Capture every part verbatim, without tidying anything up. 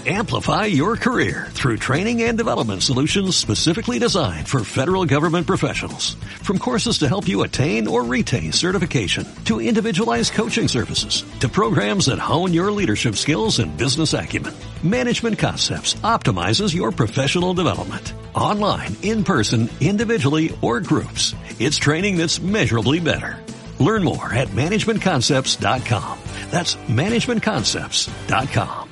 Amplify your career through training and development solutions specifically designed for federal government professionals. From courses to help you attain or retain certification, to individualized coaching services, to programs that hone your leadership skills and business acumen, Management Concepts optimizes your professional development. Online, in person, individually, or groups, it's training that's measurably better. Learn more at management concepts dot com. That's management concepts dot com.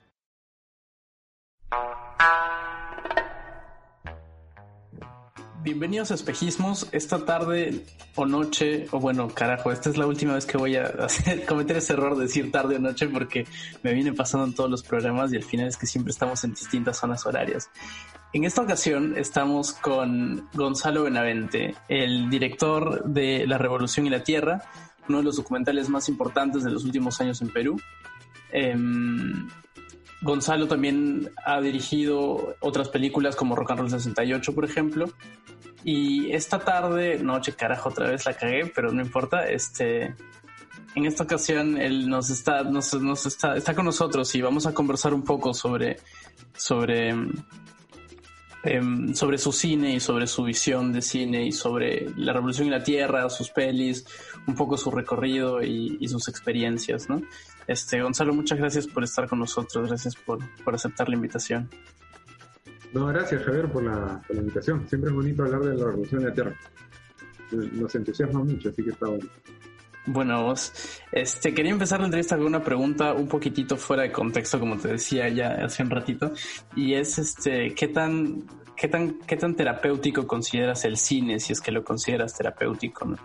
Bienvenidos a Espejismos. Esta tarde o noche, o bueno, carajo, esta es la última vez que voy a hacer, cometer ese error de decir tarde o noche porque me viene pasando en todos los programas y al final es que siempre estamos en distintas zonas horarias. En esta ocasión estamos con Gonzalo Benavente, el director de La Revolución y la Tierra, uno de los documentales más importantes de los últimos años en Perú. Eh, Gonzalo también ha dirigido otras películas como Rock and Roll sesenta y ocho, por ejemplo. Y esta tarde, noche, carajo, otra vez la cagué, pero no importa. Este, en esta ocasión él nos está, nos, nos está, está con nosotros y vamos a conversar un poco sobre, sobre, eh, sobre su cine y sobre su visión de cine y sobre La Revolución y la Tierra, sus pelis, un poco su recorrido y, y sus experiencias, ¿no? Este, Gonzalo, muchas gracias por estar con nosotros, gracias por, por aceptar la invitación. No, gracias Javier por la, por la invitación. Siempre es bonito hablar de la Revolución de la Tierra. Nos entusiasma mucho, así que está bueno. Bueno, vos, este, quería empezar la entrevista con una pregunta un poquitito fuera de contexto, como te decía ya hace un ratito, y es este, ¿qué tan, qué tan, qué tan terapéutico consideras el cine, si es que lo consideras terapéutico, ¿no?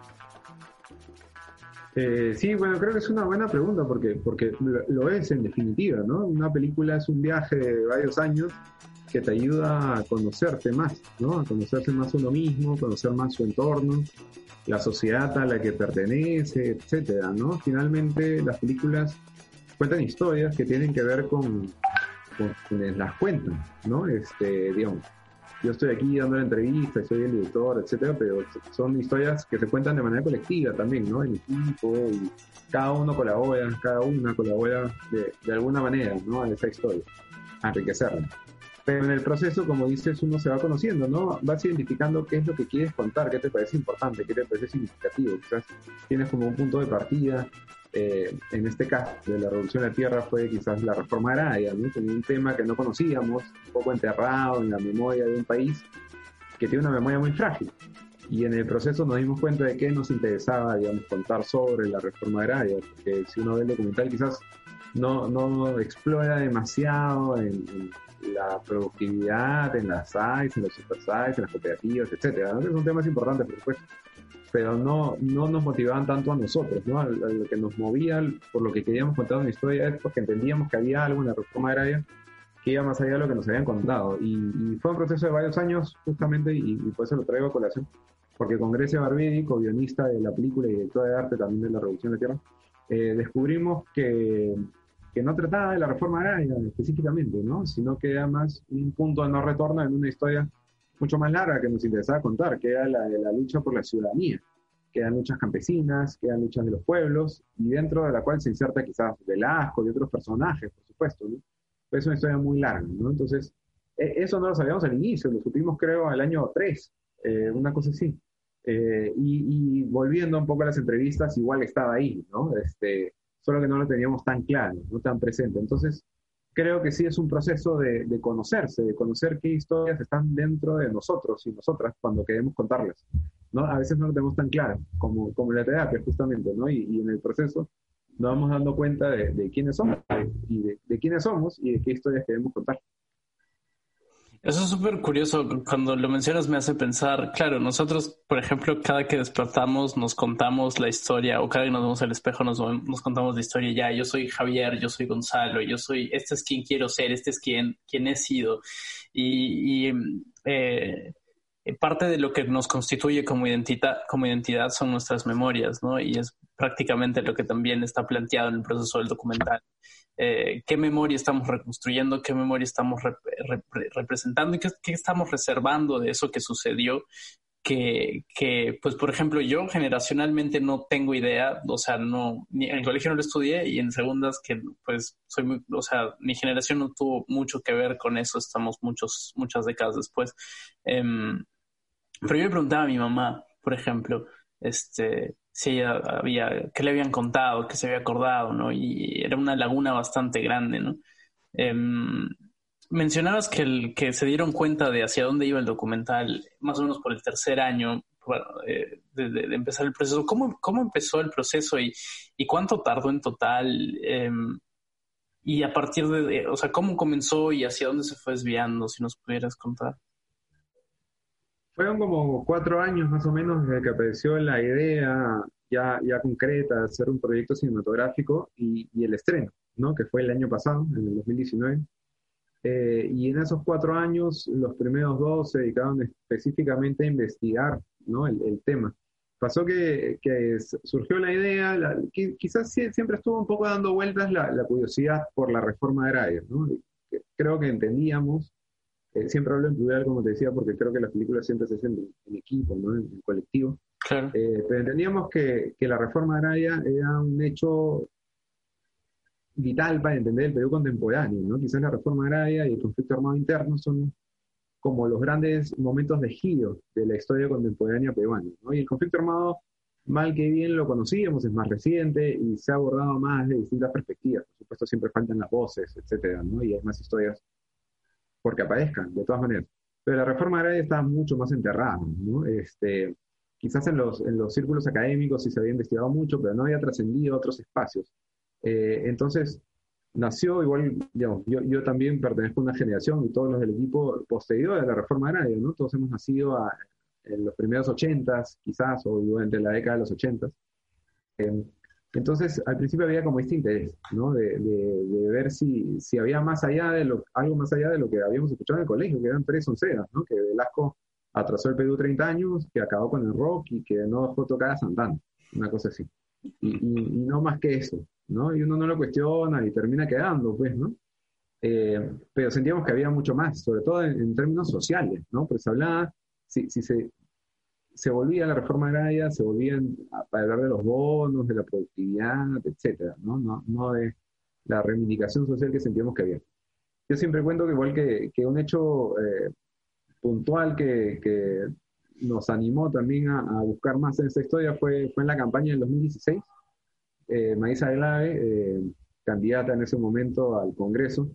Eh, sí, bueno, creo que es una buena pregunta porque, porque lo, lo es en definitiva, ¿no? Una película es un viaje de varios años que te ayuda a conocerte más, ¿no? A conocerse más uno mismo, conocer más su entorno, la sociedad a la que pertenece, etcétera, ¿no? Finalmente, las películas cuentan historias que tienen que ver con, con quienes las cuentan, ¿no? Este, digamos, yo estoy aquí dando la entrevista, soy el director, etcétera, pero son historias que se cuentan de manera colectiva también, ¿no? En equipo, y cada uno colabora, cada una colabora de, de alguna manera, ¿no? A esa historia, a enriquecerla. Pero en el proceso, como dices, uno se va conociendo, ¿no? Vas identificando qué es lo que quieres contar, qué te parece importante, qué te parece significativo. Quizás tienes como un punto de partida. Eh, en este caso de la Revolución de la Tierra fue quizás la reforma agraria, ¿no? Como un tema que no conocíamos, un poco enterrado en la memoria de un país que tiene una memoria muy frágil. Y en el proceso nos dimos cuenta de que nos interesaba, digamos, contar sobre la reforma agraria, porque si uno ve el documental quizás no, no explora demasiado en, en la productividad, en las S A Is, en los super S A Is, en las cooperativas, etcétera, ¿no? Que son temas importantes, por supuesto, pero no, no nos motivaban tanto a nosotros, ¿no? A lo que nos movía, por lo que queríamos contar una historia, es porque entendíamos que había algo en la reforma agraria que iba más allá de lo que nos habían contado. Y, y fue un proceso de varios años, justamente, y, y por eso lo traigo a colación, porque con Grecia Barbidi, co-guionista de la película y directora de arte también de La Revolución de la Tierra, eh, descubrimos que, que no trataba de la reforma agraria específicamente, ¿no? Sino que era más un punto de no retorno en una historia mucho más larga que nos interesaba contar, que era la de la lucha por la ciudadanía, que eran luchas campesinas, que eran luchas de los pueblos, y dentro de la cual se inserta quizás Velasco y otros personajes, por supuesto, ¿no? Pero es una historia muy larga, ¿no? Entonces, eh, eso no lo sabíamos al inicio, lo supimos creo al año tres, eh, una cosa así. Eh, y, y volviendo un poco a las entrevistas, igual estaba ahí, ¿no? Este, solo que no lo teníamos tan claro, no tan presente. Entonces, creo que sí es un proceso de, de conocerse, de conocer qué historias están dentro de nosotros y nosotras cuando queremos contarlas, ¿no? A veces no lo tenemos tan claro, como, como en la terapia, justamente, ¿no? Y, y en el proceso nos vamos dando cuenta de, de quiénes somos, de, y de, de quiénes somos y de qué historias queremos contar. Eso es súper curioso. Cuando lo mencionas me hace pensar, claro, nosotros, por ejemplo, cada que despertamos nos contamos la historia, o cada que nos vemos al espejo nos, nos contamos la historia. Ya, yo soy Javier, yo soy Gonzalo, yo soy, este es quien quiero ser, este es quien, quien he sido. Y, y eh, parte de lo que nos constituye como identidad, como identidad son nuestras memorias, ¿no? Y es prácticamente lo que también está planteado en el proceso del documental. Eh, qué memoria estamos reconstruyendo, qué memoria estamos rep- rep- representando y qué, qué estamos reservando de eso que sucedió que, que, pues, por ejemplo, yo generacionalmente no tengo idea, o sea, no, ni en el colegio no lo estudié, y en segundas que, pues, soy muy, o sea, mi generación no tuvo mucho que ver con eso, estamos muchos, muchas décadas después. Um, pero yo le preguntaba a mi mamá, por ejemplo, este, si ella había, qué le habían contado, qué se había acordado, ¿no? Y era una laguna bastante grande, ¿no? Um, Mencionabas que, el, que se dieron cuenta de hacia dónde iba el documental más o menos por el tercer año, bueno, eh, de, de, de empezar el proceso. ¿Cómo, cómo empezó el proceso y, y cuánto tardó en total? Eh, y a partir de, de, o sea, ¿cómo comenzó y hacia dónde se fue desviando? Si nos pudieras contar. Fueron como cuatro años más o menos desde que apareció la idea ya, ya concreta de hacer un proyecto cinematográfico y, y el estreno, ¿no? Que fue el año pasado, en el dos mil diecinueve. Eh, y en esos cuatro años, los primeros dos se dedicaron específicamente a investigar, ¿no? el, el tema. Pasó que, que surgió la idea, la, que quizás siempre estuvo un poco dando vueltas la, la curiosidad por la reforma agraria, ¿no? Creo que entendíamos, eh, siempre hablo en plural, como te decía, porque creo que las películas siempre se hacen en, en equipo, ¿no? en, en colectivo. Claro. Eh, pero entendíamos que, que la reforma agraria era un hecho vital para entender el Perú contemporáneo, ¿no? Quizás la reforma agraria y el conflicto armado interno son como los grandes momentos de giro de la historia contemporánea peruana, ¿no? Y el conflicto armado, mal que bien lo conocíamos, es más reciente y se ha abordado más de distintas perspectivas. Por supuesto, siempre faltan las voces, etcétera, ¿no? Y hay más historias porque aparezcan, de todas maneras. Pero la reforma agraria está mucho más enterrada, ¿no? Este, quizás en los, en los círculos académicos sí se había investigado mucho, pero no había trascendido a otros espacios. Eh, entonces, nació igual, digamos, yo, yo también pertenezco a una generación y todos los del equipo posterior a la reforma agraria, ¿no? Todos hemos nacido a, en los primeros ochentas, quizás, o durante la década de los ochentas. Eh, entonces, al principio había como este interés, ¿no? De, de, de ver si, si había más allá de lo, algo más allá de lo que habíamos escuchado en el colegio, que eran tres onceras, ¿no? Que Velasco atrasó el Perú treinta años, que acabó con el rock y que no dejó tocar a Santana, una cosa así. Y, y, y no más que eso, ¿no? Y uno no lo cuestiona y termina quedando, pues, ¿no? Eh, pero sentíamos que había mucho más, sobre todo en, en términos sociales, ¿no? Pues se hablaba, si, si se, se volvía a la reforma agraria, se volvían a, a hablar de los bonos, de la productividad, etcétera, ¿no? No, no de la reivindicación social que sentíamos que había. Yo siempre cuento que igual que, que un hecho eh, puntual que, que nos animó también a, a buscar más en esta historia fue, fue en la campaña del dos mil dieciséis. Eh, Maísa Aglave, eh, candidata en ese momento al Congreso,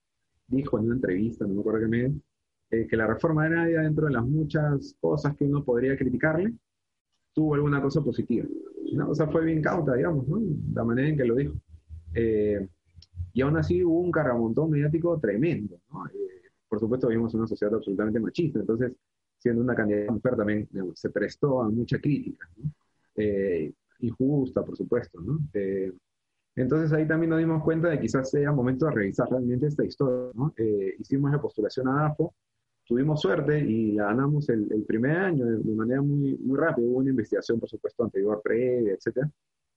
dijo en una entrevista, no me acuerdo qué medio, eh, que la reforma agraria, dentro de las muchas cosas que uno podría criticarle, tuvo alguna cosa positiva. Una cosa fue bien cauta, digamos, ¿no? La manera en que lo dijo. Eh, y aún así hubo un carramontón mediático tremendo, ¿no? Eh, por supuesto, vivimos en una sociedad absolutamente machista, entonces, siendo una candidata mujer también, digamos, se prestó a mucha crítica, ¿no? Eh, injusta, por supuesto, ¿no? Eh, entonces ahí también nos dimos cuenta de que quizás sea momento de revisar realmente esta historia, ¿no? Eh, hicimos la postulación a AFO, tuvimos suerte y la ganamos el, el primer año de, de manera muy, muy rápida. Hubo una investigación, por supuesto, anterior, previa, etcétera,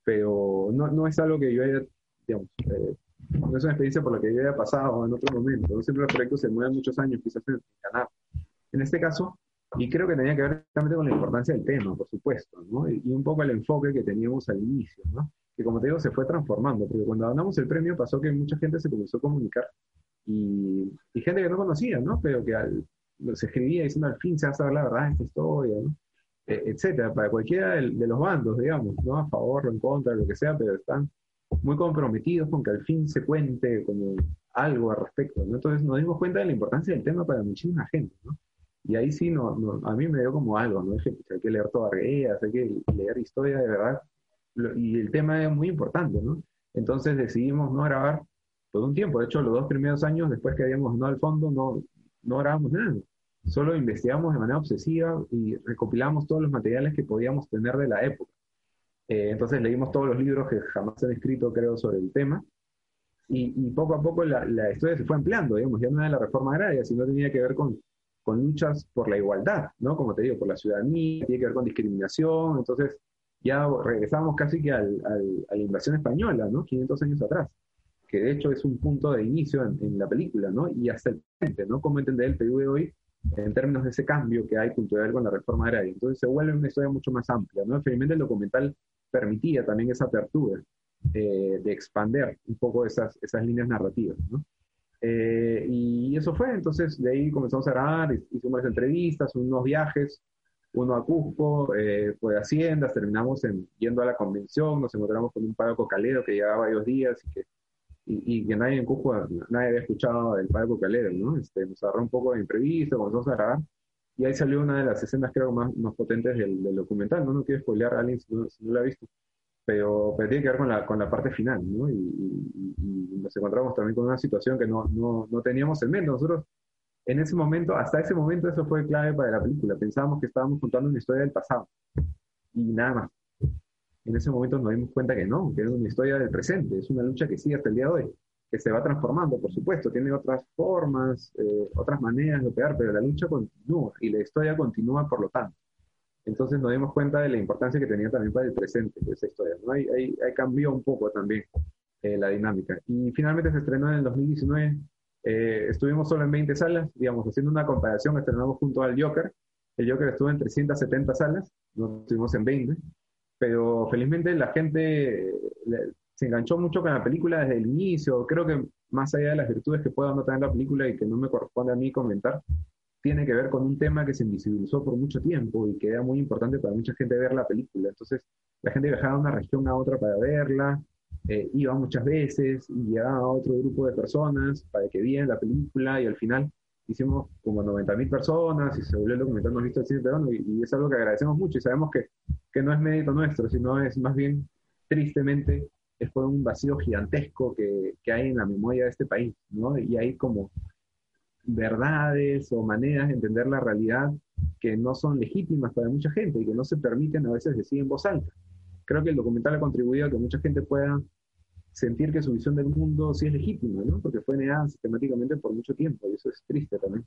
pero no, no es algo que yo haya, digamos, eh, no es una experiencia por la que yo haya pasado en otro momento, ¿no? Siempre los proyectos se mueven muchos años, quizás en ganar. En este caso, y creo que tenía que ver realmente con la importancia del tema, por supuesto, ¿no? Y, y un poco el enfoque que teníamos al inicio, ¿no? Que como te digo, se fue transformando, porque cuando ganamos el premio pasó que mucha gente se comenzó a comunicar y, y gente que no conocía, ¿no? Pero que al, se escribía diciendo al fin se va a saber la verdad de esta historia, ¿no? Eh, etcétera, para cualquiera de, de los bandos, digamos, ¿no? A favor o en contra, lo que sea, pero están muy comprometidos con que al fin se cuente como algo al respecto, ¿no? Entonces nos dimos cuenta de la importancia del tema para muchísima gente, ¿no? Y ahí sí, no, no, a mí me dio como algo, ¿no? Dije, hay que leer toda Arguedas, hay que leer historia de verdad. Y el tema es muy importante, ¿no? Entonces decidimos no grabar por un tiempo. De hecho, los dos primeros años, después que habíamos ganado al fondo, no, no grabamos nada. Solo investigamos de manera obsesiva y recopilamos todos los materiales que podíamos tener de la época. Eh, entonces leímos todos los libros que jamás se han escrito, creo, sobre el tema. Y, y poco a poco la, la historia se fue ampliando, digamos. Ya no era la reforma agraria, sino tenía que ver con con luchas por la igualdad, ¿no? Como te digo, por la ciudadanía, tiene que ver con discriminación. Entonces ya regresamos casi que al, al, a la invasión española, ¿no? quinientos años atrás, que de hecho es un punto de inicio en, en la película, ¿no? Y hasta el presente, ¿no? Cómo entender el Perú de hoy en términos de ese cambio que hay cultural con la reforma agraria. Entonces se vuelve una historia mucho más amplia, ¿no? Felizmente el documental permitía también esa apertura eh, de expander un poco esas, esas líneas narrativas, ¿no? Eh, y eso fue, entonces de ahí comenzamos a grabar, hicimos unas entrevistas, unos viajes, uno a Cusco, eh, fue a Haciendas, terminamos en, yendo a la convención, nos encontramos con un párroco calero que llevaba varios días y que, y, y que nadie en Cusco, nadie había escuchado del párroco calero, ¿no? Este, nos agarró un poco de imprevisto, comenzamos a grabar, y ahí salió una de las escenas creo más, más potentes del, del documental, ¿no? No quiero spoilear a alguien si no, si no lo ha visto, pero, pero tiene que ver con la, con la parte final, ¿no? Y, y, y nos encontramos también con una situación que no, no, no teníamos en mente. Nosotros, en ese momento, hasta ese momento, eso fue clave para la película. Pensábamos que estábamos contando una historia del pasado y nada más. En ese momento nos dimos cuenta que no, que es una historia del presente, es una lucha que sigue hasta el día de hoy, que se va transformando, por supuesto, tiene otras formas, eh, otras maneras de operar, pero la lucha continúa y la historia continúa por lo tanto. Entonces nos dimos cuenta de la importancia que tenía también para el presente de esa historia, ¿no? Ahí, ahí, ahí cambió un poco también eh, la dinámica. Y finalmente se estrenó en el dos mil diecinueve, eh, estuvimos solo en veinte salas, digamos, haciendo una comparación, estrenamos junto al Joker. El Joker estuvo en trescientas setenta salas, nosotros estuvimos en veinte, pero felizmente la gente le, se enganchó mucho con la película desde el inicio. Creo que más allá de las virtudes que pueda no tener la película y que no me corresponde a mí comentar, tiene que ver con un tema que se invisibilizó por mucho tiempo y que era muy importante para mucha gente ver la película. Entonces, la gente viajaba de una región a otra para verla, eh, iba muchas veces y llegaba a otro grupo de personas para que vieran la película, y al final hicimos como noventa mil personas y se volvió el documental más visto del cine peruano, y, y es algo que agradecemos mucho y sabemos que, que no es mérito nuestro, sino es más bien, tristemente, es por un vacío gigantesco que, que hay en la memoria de este país, ¿no? Y hay como verdades o maneras de entender la realidad que no son legítimas para mucha gente y que no se permiten a veces decir en voz alta. Creo que el documental ha contribuido a que mucha gente pueda sentir que su visión del mundo sí es legítima, ¿no? Porque fue negada sistemáticamente por mucho tiempo, y eso es triste también.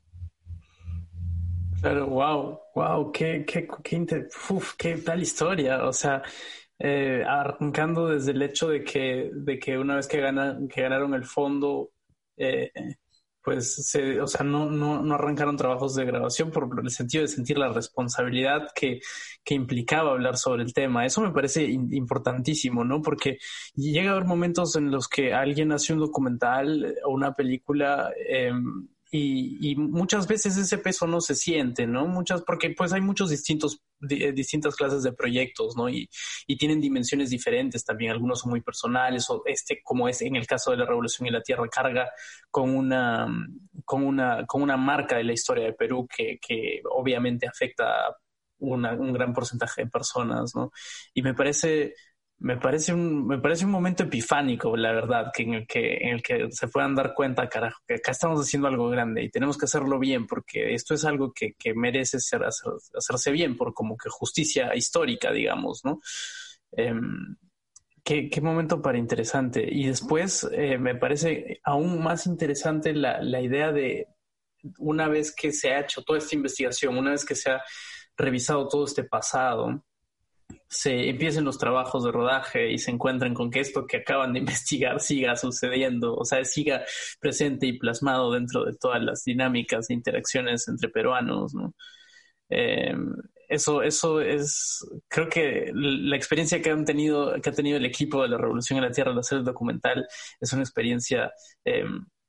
Claro, wow, wow, qué, qué, qué, inter... Uf, qué tal historia. O sea, eh, arrancando desde el hecho de que, de que una vez que, gana, que ganaron el fondo, eh, pues, se, o sea, no, no, no arrancaron trabajos de grabación por el sentido de sentir la responsabilidad que, que implicaba hablar sobre el tema. Eso me parece in, importantísimo, ¿no? Porque llega a haber momentos en los que alguien hace un documental o una película eh, y, y muchas veces ese peso no se siente, ¿no? Muchas, porque pues hay muchos distintos, di, distintas clases de proyectos, ¿no? Y, y tienen dimensiones diferentes también. Algunos son muy personales, o este, como es en el caso de La Revolución y la Tierra, carga con una, con una, con una marca de la historia de Perú que, que obviamente afecta a una, un gran porcentaje de personas, ¿no? Y me parece... Me parece un, me parece un momento epifánico, la verdad, que en el que, en el que se puedan dar cuenta, carajo, que acá estamos haciendo algo grande y tenemos que hacerlo bien, porque esto es algo que, que merece ser, hacer, hacerse bien, por como que justicia histórica, digamos, ¿no? Eh, qué, qué momento para interesante. Y después eh, me parece aún más interesante la, la idea de, una vez que se ha hecho toda esta investigación, una vez que se ha revisado todo este pasado, se empiecen los trabajos de rodaje y se encuentren con que esto que acaban de investigar siga sucediendo, o sea, siga presente y plasmado dentro de todas las dinámicas de interacciones entre peruanos, ¿no? Eh, eso, eso es, creo que la experiencia que han tenido, que ha tenido el equipo de La Revolución en la Tierra al hacer el documental es una experiencia eh,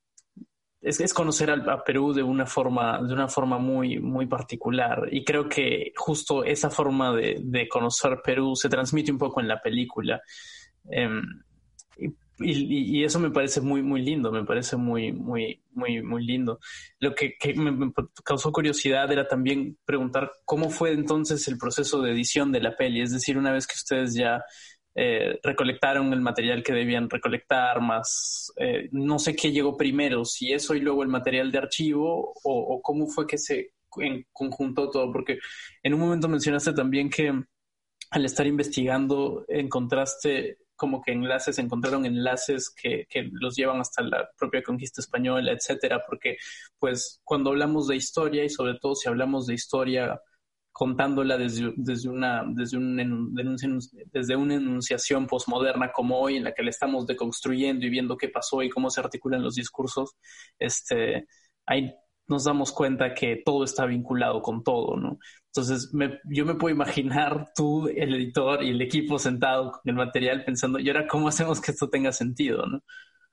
Es, es conocer a, a Perú de una forma, de una forma muy, muy particular. Y creo que justo esa forma de, de conocer Perú se transmite un poco en la película. Eh, y, y, y eso me parece muy, muy lindo, me parece muy, muy, muy, muy lindo. Lo que, que me, me causó curiosidad era también preguntar cómo fue entonces el proceso de edición de la peli. Es decir, una vez que ustedes ya Eh, recolectaron el material que debían recolectar, más eh, no sé qué llegó primero, si eso y luego el material de archivo, o, o cómo fue que se en, conjuntó todo, porque en un momento mencionaste también que al estar investigando encontraste como que enlaces, encontraron enlaces que, que los llevan hasta la propia conquista española, etcétera, porque pues cuando hablamos de historia, y sobre todo si hablamos de historia contándola desde, desde, una, desde, un, desde una enunciación posmoderna como hoy, en la que la estamos deconstruyendo y viendo qué pasó y cómo se articulan los discursos, este, hay nos damos cuenta que todo está vinculado con todo, ¿no? Entonces, me, yo me puedo imaginar tú, el editor y el equipo sentado con el material pensando, ¿y ahora cómo hacemos que esto tenga sentido, no?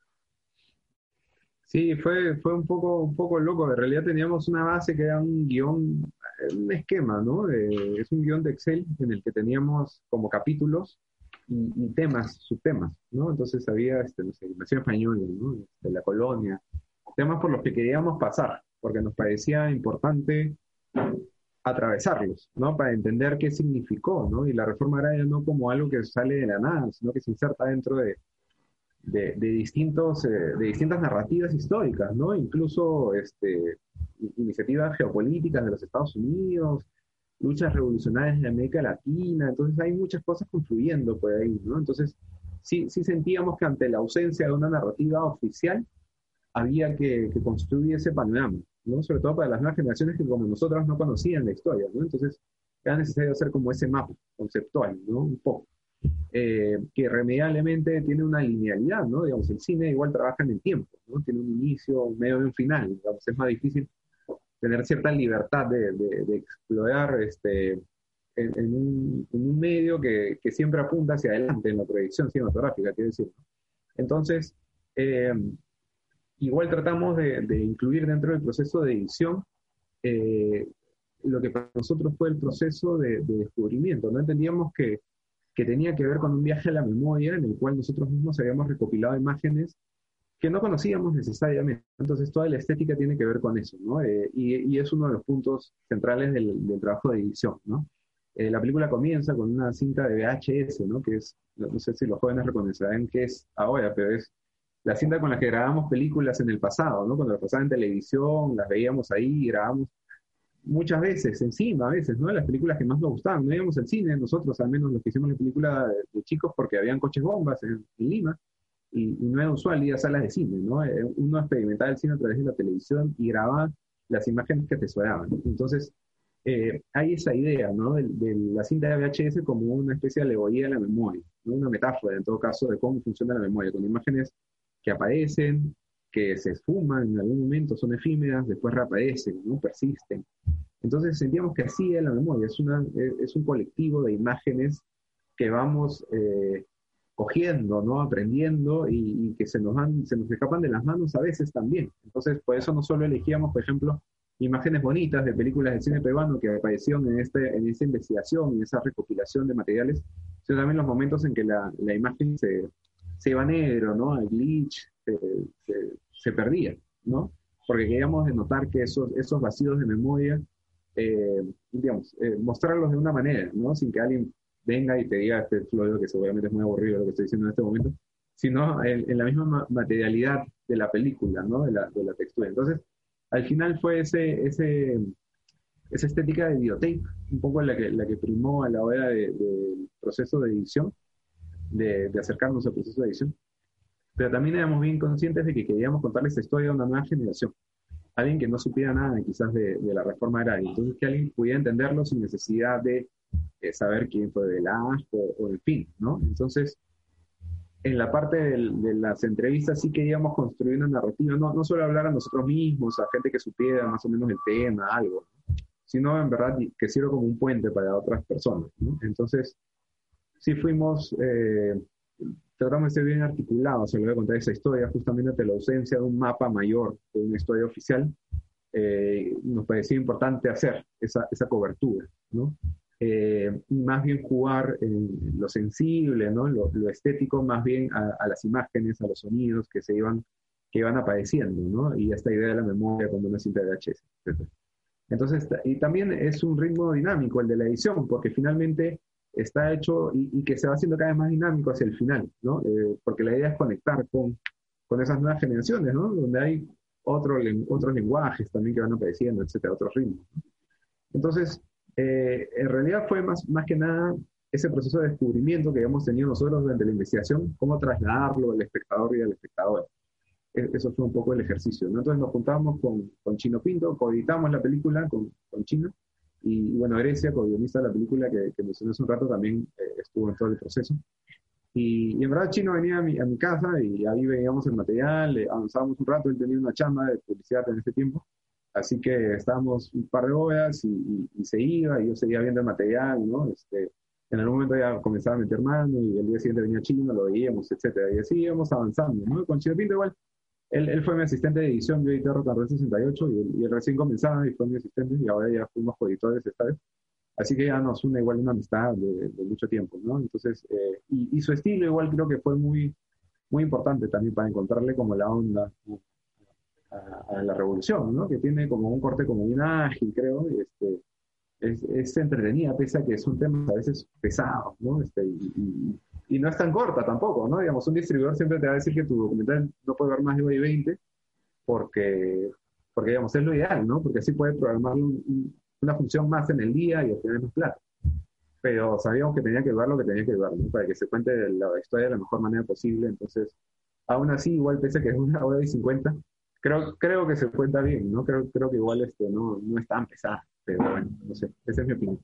Sí, fue, fue un poco, un poco loco. En realidad teníamos una base que era un guión, un esquema, ¿no? De- es un guión de Excel en el que teníamos como capítulos y, y temas, subtemas, ¿no? Entonces había, este, no sé, invasión española, ¿no? Este, la colonia, temas por los que queríamos pasar, porque nos parecía importante atravesarlos, ¿no? Para entender qué significó, ¿no? Y la reforma agraria no como algo que sale de la nada, sino que se inserta dentro de de, de, distintos, eh, de distintas narrativas históricas, ¿no? Incluso este, iniciativas geopolíticas de los Estados Unidos, luchas revolucionarias de América Latina, entonces hay muchas cosas confluyendo por ahí, ¿no? Entonces sí, sí sentíamos que ante la ausencia de una narrativa oficial había que, que construir ese panorama, ¿no? Sobre todo para las nuevas generaciones que como nosotros no conocían la historia, ¿no? Entonces era necesario hacer como ese mapa conceptual, ¿no? Un poco eh, que irremediablemente tiene una linealidad, ¿no? Digamos, el cine igual trabaja en el tiempo, ¿no? Tiene un inicio, un medio y un final, digamos, es más difícil tener cierta libertad de, de, de explorar este, en, en, un, en, un, medio que, que, siempre apunta hacia adelante en la proyección cinematográfica, quiero decir. Entonces, eh, igual tratamos de, de, incluir dentro del proceso de edición eh, lo que para nosotros fue el proceso de, de descubrimiento, ¿no? Entendíamos que que tenía que ver con un viaje a la memoria en el cual nosotros mismos habíamos recopilado imágenes que no conocíamos necesariamente. Entonces toda la estética tiene que ver con eso, ¿no? Eh, y, y es uno de los puntos centrales del, del trabajo de edición, ¿no? Eh, la película comienza con una cinta de V H S, ¿no? Que es, no sé si los jóvenes reconocerán qué es ahora, pero es la cinta con la que grabábamos películas en el pasado, ¿no? Cuando las pasaban en televisión, las veíamos ahí, grabábamos muchas veces, encima a veces, ¿no? Las películas que más nos gustaban. No íbamos al cine, nosotros, al menos los que hicimos la película de, de chicos, porque habían coches bombas en, en Lima, y, y no era usual ir a salas de cine, ¿no? Eh, Uno experimentaba el cine a través de la televisión y grababa las imágenes que atesoraban. Entonces, eh, hay esa idea, ¿no? De, de la cinta de V H S como una especie de alegoría de la memoria, ¿no? Una metáfora, en todo caso, de cómo funciona la memoria, con imágenes que aparecen, que se esfuman en algún momento, son efímeras, después reaparecen, ¿no? Persisten. Entonces sentíamos que así es la memoria, es, una, es un colectivo de imágenes que vamos eh, cogiendo, ¿no? Aprendiendo y, y que se nos, van, se nos escapan de las manos a veces también. Entonces por eso no solo elegíamos, por ejemplo, imágenes bonitas de películas de cine peruano que aparecieron en, este, en esa investigación, en esa recopilación de materiales, sino también los momentos en que la, la imagen se, se iba negro, ¿no? El glitch se, se, se perdía, ¿no? Porque queríamos denotar que esos, esos vacíos de memoria, eh, digamos, eh, mostrarlos de una manera, ¿no? Sin que alguien venga y te diga este Florio, que seguramente es muy aburrido lo que estoy diciendo en este momento, sino en, en la misma materialidad de la película, ¿no? De la, de la textura. Entonces, al final fue ese, ese, esa estética de videotape, un poco la que, la que primó a la hora del de proceso de edición, de, de acercarnos al proceso de edición. Pero también éramos bien conscientes de que queríamos contarle esta historia a una nueva generación. Alguien que no supiera nada quizás de, de la reforma agraria. Entonces que alguien pudiera entenderlo sin necesidad de eh, saber quién fue Velasco o, o el fin, ¿no? Entonces, en la parte del, de las entrevistas sí queríamos construir una narrativa, no, no solo hablar a nosotros mismos, a gente que supiera más o menos el tema, algo, ¿no? Sino en verdad que sirva como un puente para otras personas, ¿no? Entonces, sí fuimos... Eh, tratamos de ser bien articulados, se lo voy a contar esa historia, justamente ante la ausencia de un mapa mayor, de una historia oficial, eh, nos parecía importante hacer esa, esa cobertura, ¿no? Eh, más bien jugar en lo sensible, ¿no? Lo, lo estético, más bien a, a las imágenes, a los sonidos que se iban, que iban apareciendo, ¿no? Y esta idea de la memoria cuando una cinta de V H S, etcétera. Entonces, y también es un ritmo dinámico el de la edición, porque finalmente está hecho y, y que se va haciendo cada vez más dinámico hacia el final, ¿no? Eh, porque la idea es conectar con, con esas nuevas generaciones, ¿no? Donde hay otro, otros lenguajes también que van apareciendo, etcétera, otros ritmos, ¿no? Entonces, eh, en realidad fue más, más que nada ese proceso de descubrimiento que hemos tenido nosotros durante la investigación, cómo trasladarlo al espectador y al espectador. Eso fue un poco el ejercicio, ¿no? Entonces nos juntábamos con, con Chino Pinto, coeditamos la película con, con Chino, y bueno, Grecia, co-guionista de la película que, que mencioné hace un rato, también eh, estuvo en todo el proceso. Y, y en verdad Chino venía a mi, a mi casa y ahí veíamos el material, eh, avanzábamos un rato, él tenía una chamba de publicidad en ese tiempo, Así que estábamos un par de horas y, y, y se iba, y yo seguía viendo el material, ¿no? Este, en algún momento ya comenzaba a meter mano y el día siguiente venía Chino, lo veíamos, etcétera. Y así íbamos avanzando, ¿no? Con Chino Pinto igual, él, él fue mi asistente de edición, yo edité Rock and Roll sesenta y ocho y él, y él recién comenzaba y fue mi asistente y ahora ya fuimos coeditores esta vez. Así que ya nos une igual una amistad de, de mucho tiempo, ¿no? Entonces, eh, y, y su estilo igual creo que fue muy, muy importante también para encontrarle como la onda, ¿no? a, a la revolución, ¿no? Que tiene como un corte como bien ágil, creo, y este, es, es entretenida, pese a que son temas a veces pesados, ¿no? Este, y, y, y no es tan corta tampoco, ¿no? Digamos, un distribuidor siempre te va a decir que tu documental no puede ver más de hora y veinte, porque, porque, digamos, es lo ideal, ¿no? Porque así puede programar un, un, una función más en el día y obtener más plata. Pero sabíamos que tenía que ver lo que tenía que ver, ¿no? Para que se cuente la historia de la mejor manera posible. Entonces, aún así, igual pese a que es una hora y cincuenta, creo, creo que se cuenta bien, ¿no? Creo, creo que igual este, no, no es tan pesada, pero bueno, no sé, esa es mi opinión.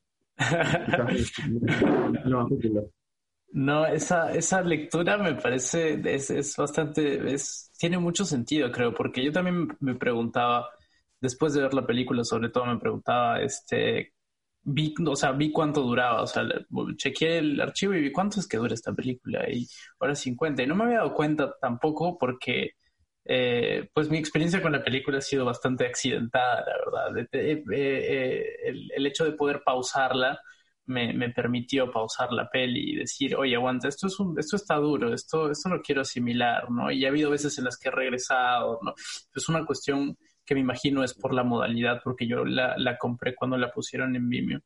Lo más popular. No, esa, esa lectura me parece, es, es bastante, es, tiene mucho sentido, creo, porque yo también me preguntaba, después de ver la película, sobre todo me preguntaba, este, vi, o sea, vi cuánto duraba, o sea, chequeé el archivo y vi cuánto es que dura esta película, y ahora cincuenta, y no me había dado cuenta tampoco porque, eh, pues mi experiencia con la película ha sido bastante accidentada, la verdad. Eh, eh, eh, el, el hecho de poder pausarla me, me permitió pausar la peli y decir, oye, aguanta, esto es un, esto está duro, esto, esto lo quiero asimilar, ¿no? Y ha habido veces en las que he regresado, ¿no? Es una cuestión que me imagino es por la modalidad, porque yo la, la compré cuando la pusieron en Vimeo.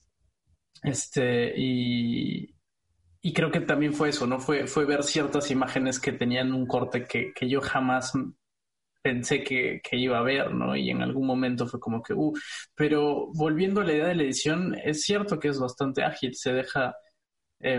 Este, y, y creo que también fue eso, ¿no? Fue, fue ver ciertas imágenes que tenían un corte que, que yo jamás pensé que, que iba a ver, ¿no? Y en algún momento fue como que, uh, pero volviendo a la idea de la edición, es cierto que es bastante ágil, se deja, eh,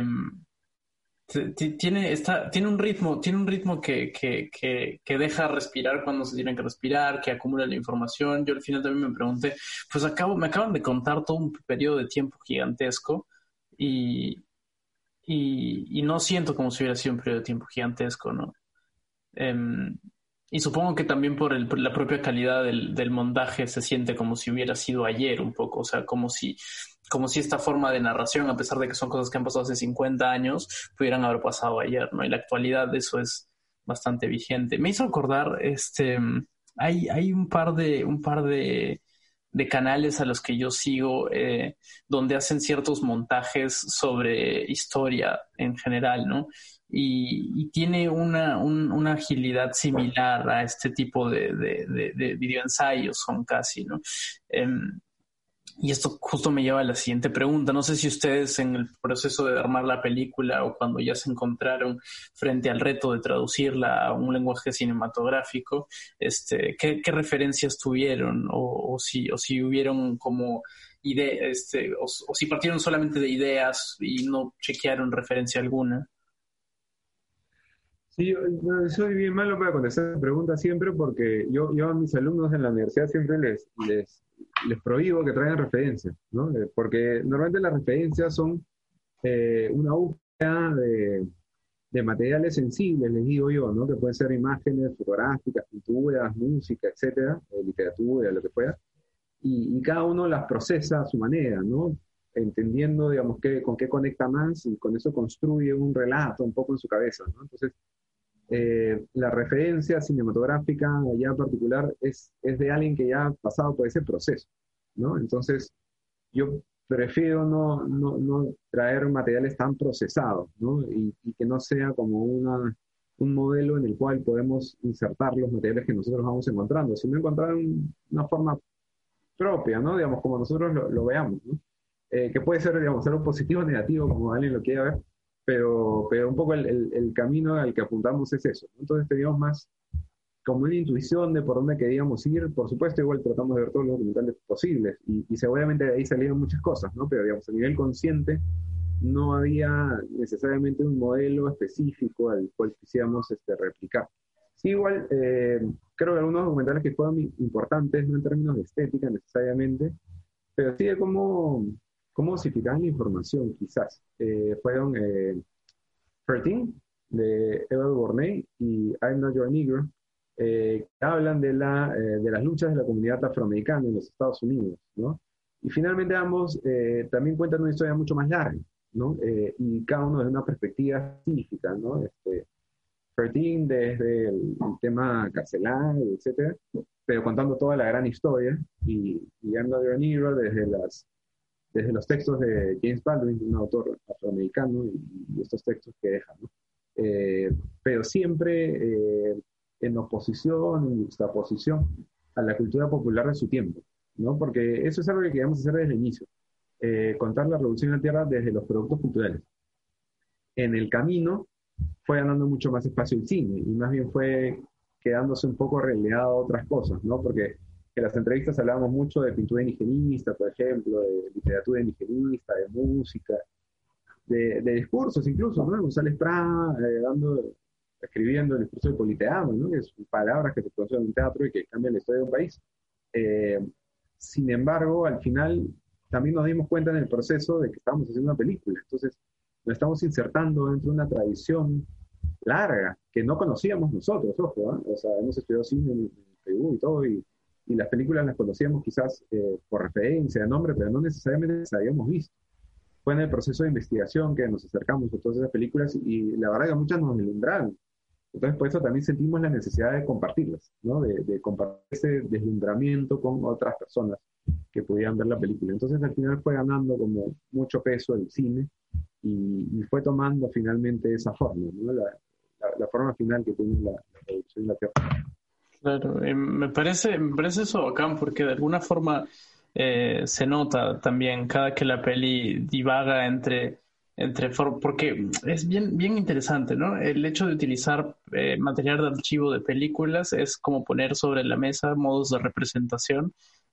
t- t- tiene, está, tiene un ritmo, tiene un ritmo que, que, que, que deja respirar cuando se tiene que respirar, que acumula la información. Yo al final también me pregunté, pues acabo, me acaban de contar todo un periodo de tiempo gigantesco y, y, y no siento como si hubiera sido un periodo de tiempo gigantesco, ¿no? Um, y supongo que también por, el, por la propia calidad del, del montaje se siente como si hubiera sido ayer un poco, o sea, como si, como si esta forma de narración, a pesar de que son cosas que han pasado hace cincuenta años, pudieran haber pasado ayer, ¿no? Y la actualidad de eso es bastante vigente. Me hizo acordar, este, hay, hay un par de, un par de, de canales a los que yo sigo eh, donde hacen ciertos montajes sobre historia en general, ¿no? Y, y tiene una, un, una agilidad similar a este tipo de, de, de, de videoensayos, son casi, ¿no? Um, y esto justo me lleva a la siguiente pregunta. No sé si ustedes en el proceso de armar la película o cuando ya se encontraron frente al reto de traducirla a un lenguaje cinematográfico, este, ¿qué, qué referencias tuvieron? O, o, si, o si hubieron como ideas, este, o, o si partieron solamente de ideas y no chequearon referencia alguna. Sí, yo, yo soy bien malo para contestar preguntas siempre porque yo, yo a mis alumnos en la universidad siempre les, les, les prohíbo que traigan referencias, ¿no? Eh, Porque normalmente las referencias son eh, una búsqueda de, de materiales sensibles, les digo yo, ¿no? Que pueden ser imágenes fotográficas, pinturas, música, etcétera, eh, literatura, lo que fuera, y, y cada uno las procesa a su manera, ¿no? Entendiendo, digamos, qué, con qué conecta más y con eso construye un relato un poco en su cabeza, ¿no? Entonces, eh, la referencia cinematográfica ya en particular es, es de alguien que ya ha pasado por ese proceso, ¿no? Entonces, yo prefiero no, no, no traer materiales tan procesados, ¿no? Y, y que no sea como una, un modelo en el cual podemos insertar los materiales que nosotros vamos encontrando, sino encontrar un, una forma propia, ¿no? Digamos, como nosotros lo, lo veamos, ¿no? Eh, que puede ser, digamos, algo positivo o negativo, como alguien lo quiera ver, pero, pero un poco el, el, el camino al que apuntamos es eso, ¿no? Entonces teníamos más como una intuición de por dónde queríamos ir. Por supuesto, igual tratamos de ver todos los documentales posibles y, y seguramente de ahí salieron muchas cosas, ¿no? Pero digamos, a nivel consciente no había necesariamente un modelo específico al cual quisiéramos este, replicar. Sí, igual, eh, creo que algunos documentales que fueron importantes, no en términos de estética necesariamente, pero sí de cómo, cómo dosificaban la información, quizás. Eh, fueron eh, trece, de Edward Borney, y I'm Not Your Negro, eh, que hablan de, la, eh, de las luchas de la comunidad afroamericana en los Estados Unidos, ¿no? Y finalmente ambos eh, también cuentan una historia mucho más larga, ¿no? Eh, y cada uno desde una perspectiva específica, ¿no? Este, trece desde el, el tema carcelario, etcétera, pero contando toda la gran historia, y, y I'm Not Your Hero desde, las, desde los textos de James Baldwin, un autor afroamericano, y, y estos textos que deja, ¿no? Eh, pero siempre eh, en oposición, en juxtaposición a la cultura popular de su tiempo, ¿no? Porque eso es algo que queríamos hacer desde el inicio, eh, contar la revolución en la Tierra desde los productos culturales. En el camino fue ganando mucho más espacio el cine, y más bien fue quedándose un poco relegado a otras cosas, ¿no? Porque en las entrevistas hablábamos mucho de pintura indigenista, por ejemplo, de literatura indigenista, de música, de, de discursos incluso, ¿no? González Prada eh, dando, escribiendo el discurso de Politeama, ¿no? Que son palabras que se producen en un teatro y que cambian la historia de un país. Eh, sin embargo, al final también nos dimos cuenta en el proceso de que estábamos haciendo una película, entonces nos estamos insertando dentro de una tradición larga que no conocíamos nosotros, ojo, ¿eh? O sea, hemos estudiado cine en, en Perú y todo, y, y las películas las conocíamos quizás eh, por referencia, de nombre, pero no necesariamente las habíamos visto. Fue en el proceso de investigación que nos acercamos a todas esas películas, y la verdad que muchas nos deslumbraron. Entonces, por eso también sentimos la necesidad de compartirlas, ¿no? De, de compartir ese deslumbramiento con otras personas que pudieran ver la película. Entonces, al final fue ganando como mucho peso el cine, y, y fue tomando finalmente esa forma, ¿no? La, la, la forma final que tiene la, la revolución de la Tierra. Claro, eh, me parece, me parece eso bacán, porque de alguna forma eh, se nota también cada que la peli divaga entre, entre for- porque es bien, bien interesante, ¿no? El hecho de utilizar eh, material de archivo de películas es como poner sobre la mesa modos de representación,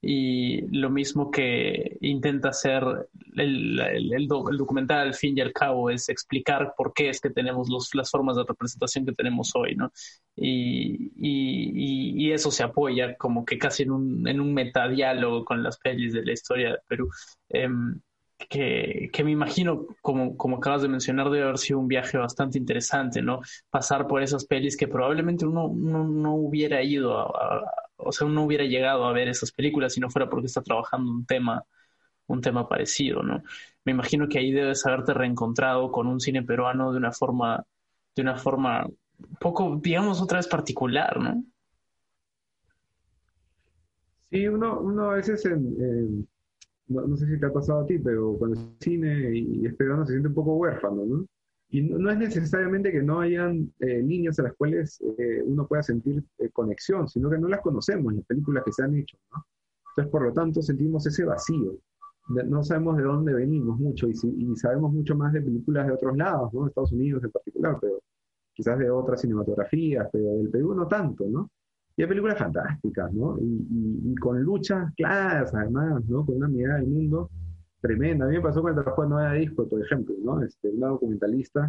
y lo mismo que intenta hacer el, el, el, do- el documental, al fin y al cabo, es explicar por qué es que tenemos los, las formas de representación que tenemos hoy, ¿no? Y, y, y eso se apoya como que casi en un, en un metadiálogo con las pelis de la historia de Perú. Eh, que, que me imagino, como, como acabas de mencionar, debe haber sido un viaje bastante interesante, ¿no? Pasar por esas pelis que probablemente uno, uno no hubiera ido a, a, o sea, uno no hubiera llegado a ver esas películas si no fuera porque está trabajando un tema, un tema parecido, ¿no? Me imagino que ahí debes haberte reencontrado con un cine peruano de una forma, de una forma un poco, digamos, otra vez particular, ¿no? Sí, uno, uno a veces, en, en- no, no sé si te ha pasado a ti, pero cuando es cine y es peruano se siente un poco huérfano, ¿no? Y no, no es necesariamente que no hayan eh, líneas a las cuales eh, uno pueda sentir eh, conexión, sino que no las conocemos en las películas que se han hecho, ¿no? Entonces, por lo tanto, sentimos ese vacío. De- No sabemos de dónde venimos mucho, y, si- y sabemos mucho más de películas de otros lados, ¿no? De Estados Unidos en particular, pero quizás de otras cinematografías, pero del Perú no tanto, ¿no? Y hay películas fantásticas, ¿no? Y, y- y con luchas claras, además, ¿no? Con una mirada del mundo tremenda. A mí me pasó con el trabajo de Nueva Disco, por ejemplo, ¿no? Este, una documentalista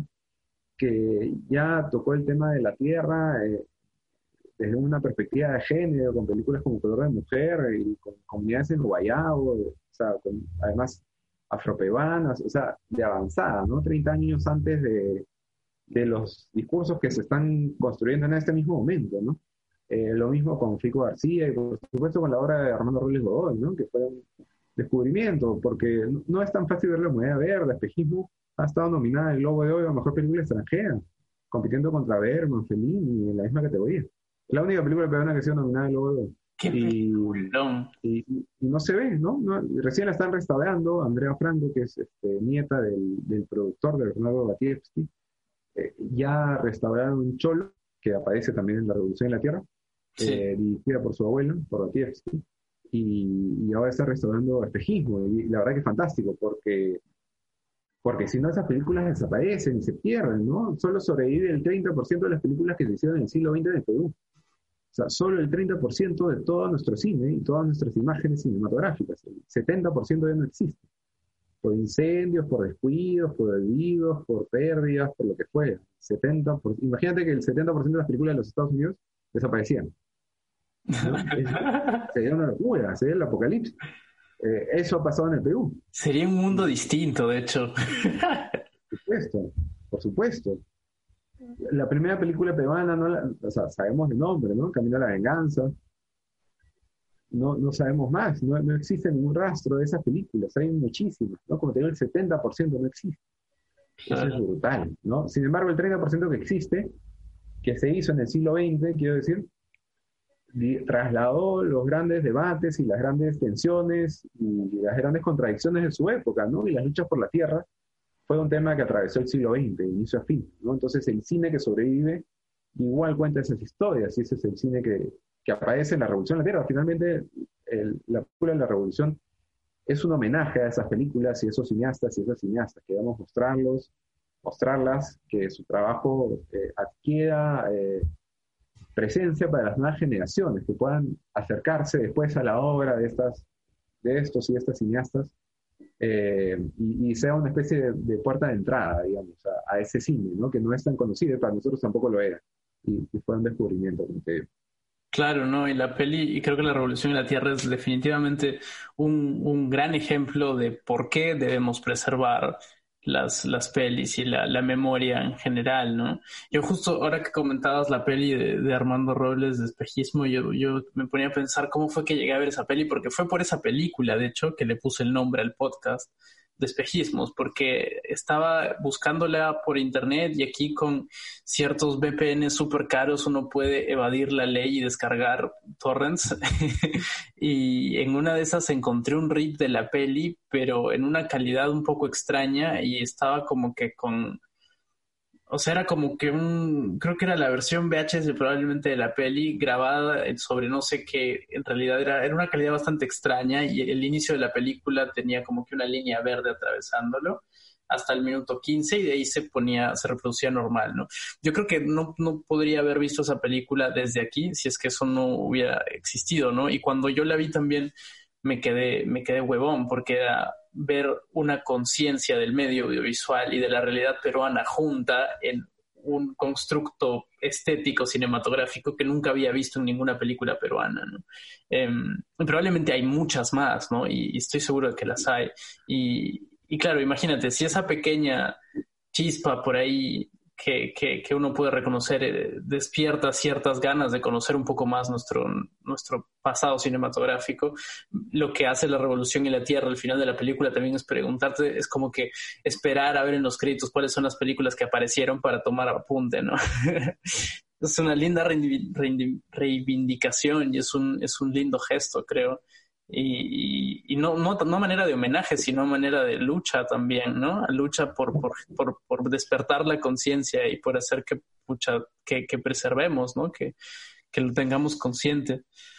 que ya tocó el tema de la tierra eh, desde una perspectiva de género, con películas como Color de Mujer y con comunidades en Guayabo, o sea, con, además afroperuanas, o sea, de avanzada, ¿no? treinta años antes de, de los discursos que se están construyendo en este mismo momento, ¿no? Eh, lo mismo con Fico García y por supuesto con la obra de Armando Robles Godoy, ¿no? Que fue un descubrimiento, porque no, no es tan fácil ver La Moneda Verde. Espejismo ha estado nominada al Globo de Oro a Mejor Película Extranjera, compitiendo contra Bergman, Fellini, en la misma categoría. Es la única película peruana que ha sido nominada al Globo de Oro. Qué Y, peliculón. y, y no se ve, ¿no? No, recién la están restaurando. Andrea Franco, que es este, nieta del, del productor de Bernardo Batievsky, eh, ya restauraron Cholo, que aparece también en La Revolución de la Tierra, Sí. eh, dirigida por su abuelo, por Batievsky, y, y ahora está restaurando Espejismo, y la verdad que es fantástico, porque, porque si no esas películas desaparecen y se pierden, ¿no? Solo sobrevive el treinta por ciento de las películas que se hicieron en el siglo veinte en el Perú. O sea, solo el treinta por ciento de todo nuestro cine y todas nuestras imágenes cinematográficas. El setenta por ciento ya no existe. Por incendios, por descuidos, por olvidos, por pérdidas, por lo que fuera. setenta por ciento, imagínate que el setenta por ciento de las películas de los Estados Unidos desaparecían, ¿no? Es, sería una locura, sería el apocalipsis. Eh, eso ha pasado en el Perú, Sería un mundo distinto, de hecho. por supuesto, por supuesto. La primera película peruana, no la, o sea, sabemos el nombre, ¿no? Camino a la Venganza. No, no sabemos más, no, no existe ningún rastro de esas películas, hay muchísimas, ¿no? Como te digo, el setenta por ciento no existe. Eso es Claro. brutal, ¿no? Sin embargo, el treinta por ciento que existe, que se hizo en el siglo veinte, quiero decir, trasladó los grandes debates y las grandes tensiones y las grandes contradicciones de su época, ¿no? Y las luchas por la tierra fue un tema que atravesó el siglo veinte, de inicio a fin, ¿no? Entonces el cine que sobrevive igual cuenta esas historias y ese es el cine que, que aparece en la Revolución de la Tierra. Finalmente, el, la película de la Revolución es un homenaje a esas películas y esos cineastas y esas cineastas. Queremos mostrarlos, mostrarlas, que su trabajo eh, adquiera eh, presencia para las nuevas generaciones, que puedan acercarse después a la obra de, estas, de estos y estas cineastas eh, y, y sea una especie de, de puerta de entrada, digamos, a, a ese cine, ¿no? Que no es tan conocido, para nosotros tampoco lo era, y, y fue un descubrimiento, como te digo. Claro, ¿no? Y la peli, y creo que La Revolución en la Tierra es definitivamente un, un gran ejemplo de por qué debemos preservar las, las pelis y la, la memoria en general, ¿no? Yo justo ahora que comentabas la peli de, de Armando Robles de Espejismo, yo, yo me ponía a pensar cómo fue que llegué a ver esa peli, porque fue por esa película, de hecho, que le puse el nombre al podcast de Espejismos, porque estaba buscándola por internet y aquí con ciertos V P N súper caros uno puede evadir la ley y descargar torrents y en una de esas encontré un rip de la peli pero en una calidad un poco extraña y estaba como que con, o sea, era como que un, creo que era la versión V H S probablemente de la peli grabada sobre no sé qué, en realidad era, era una calidad bastante extraña y el inicio de la película tenía como que una línea verde atravesándolo hasta el minuto quince y de ahí se ponía, se reproducía normal, ¿no? Yo creo que no, no podría haber visto esa película desde aquí si es que eso no hubiera existido, ¿no? Y cuando yo la vi también me quedé, me quedé huevón porque era ver una conciencia del medio audiovisual y de la realidad peruana junta en un constructo estético cinematográfico que nunca había visto en ninguna película peruana, ¿no? Eh, probablemente hay muchas más, ¿no? Y, y estoy seguro de que las hay. Y, y claro, imagínate, si esa pequeña chispa por ahí que, que, que uno puede reconocer eh, despierta ciertas ganas de conocer un poco más nuestro, nuestro pasado cinematográfico, lo que hace La Revolución y la Tierra al final de la película también es preguntarte, es como que esperar a ver en los créditos cuáles son las películas que aparecieron para tomar apunte, ¿no? Es una linda reivindicación y es un, es un lindo gesto, creo. Y, y, y no, no, no manera de homenaje, sino manera de lucha también, ¿no? Lucha por, por, por, por despertar la conciencia y por hacer que, pucha, que, que preservemos, ¿no? Que, que lo tengamos consciente.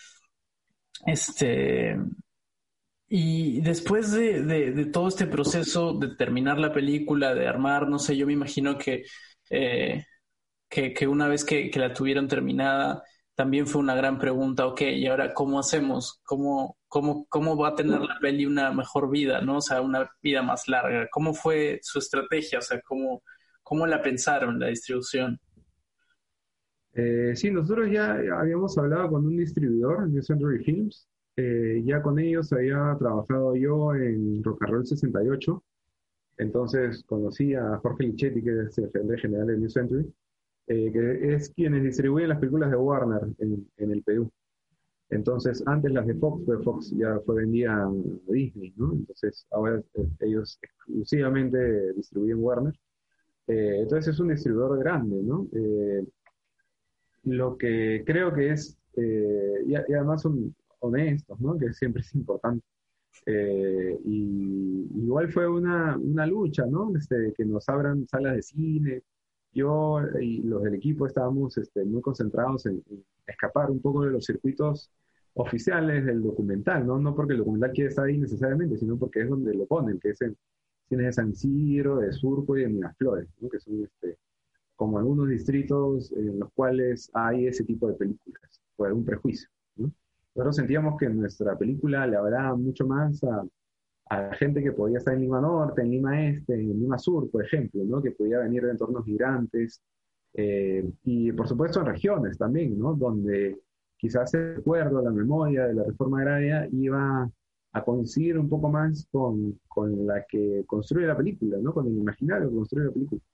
Este, y después de, de, de todo este proceso de terminar la película, de armar, no sé, yo me imagino que, eh, que, que una vez que, que la tuvieron terminada, también fue una gran pregunta, ok, ¿y ahora cómo hacemos? ¿Cómo, cómo, cómo va a tener la peli una mejor vida, ¿no? O sea, una vida más larga. ¿Cómo fue su estrategia? O sea, ¿cómo, cómo la pensaron, la distribución? Eh, sí, nosotros ya habíamos hablado con un distribuidor, New Century Films. Eh, ya con ellos había trabajado yo en Rock and Roll sesenta y ocho. Entonces conocí a Jorge Lichetti, que es el gerente general de New Century, eh, que es quienes distribuyen las películas de Warner en, en el Perú. Entonces, antes las de Fox, pues Fox ya fue vendida a Disney, ¿no? Entonces, ahora eh, ellos exclusivamente distribuyen Warner. Eh, entonces, es un distribuidor grande, ¿no? Eh, lo que creo que es, eh, y, y además son honestos, ¿no? Que siempre es importante. Eh, y igual fue una, una lucha, ¿no? Este, que nos abran salas de cine. Yo y los del equipo estábamos este, muy concentrados en, en escapar un poco de los circuitos oficiales del documental, ¿no? No porque el documental quiere estar ahí necesariamente, sino porque es donde lo ponen, que es en cines de San Isidro, de Surco y de Miraflores, ¿no? Que son este, como algunos distritos en los cuales hay ese tipo de películas, por algún prejuicio, ¿no? Nosotros sentíamos que nuestra película le hablaba mucho más a, a la gente que podía estar en Lima Norte, en Lima Este, en Lima Sur, por ejemplo, ¿no? Que podía venir de entornos migrantes, eh, y por supuesto en regiones también, ¿no? Donde quizás el recuerdo, la memoria de la reforma agraria iba a coincidir un poco más con, con la que construye la película, ¿no? Con el imaginario que construye la película.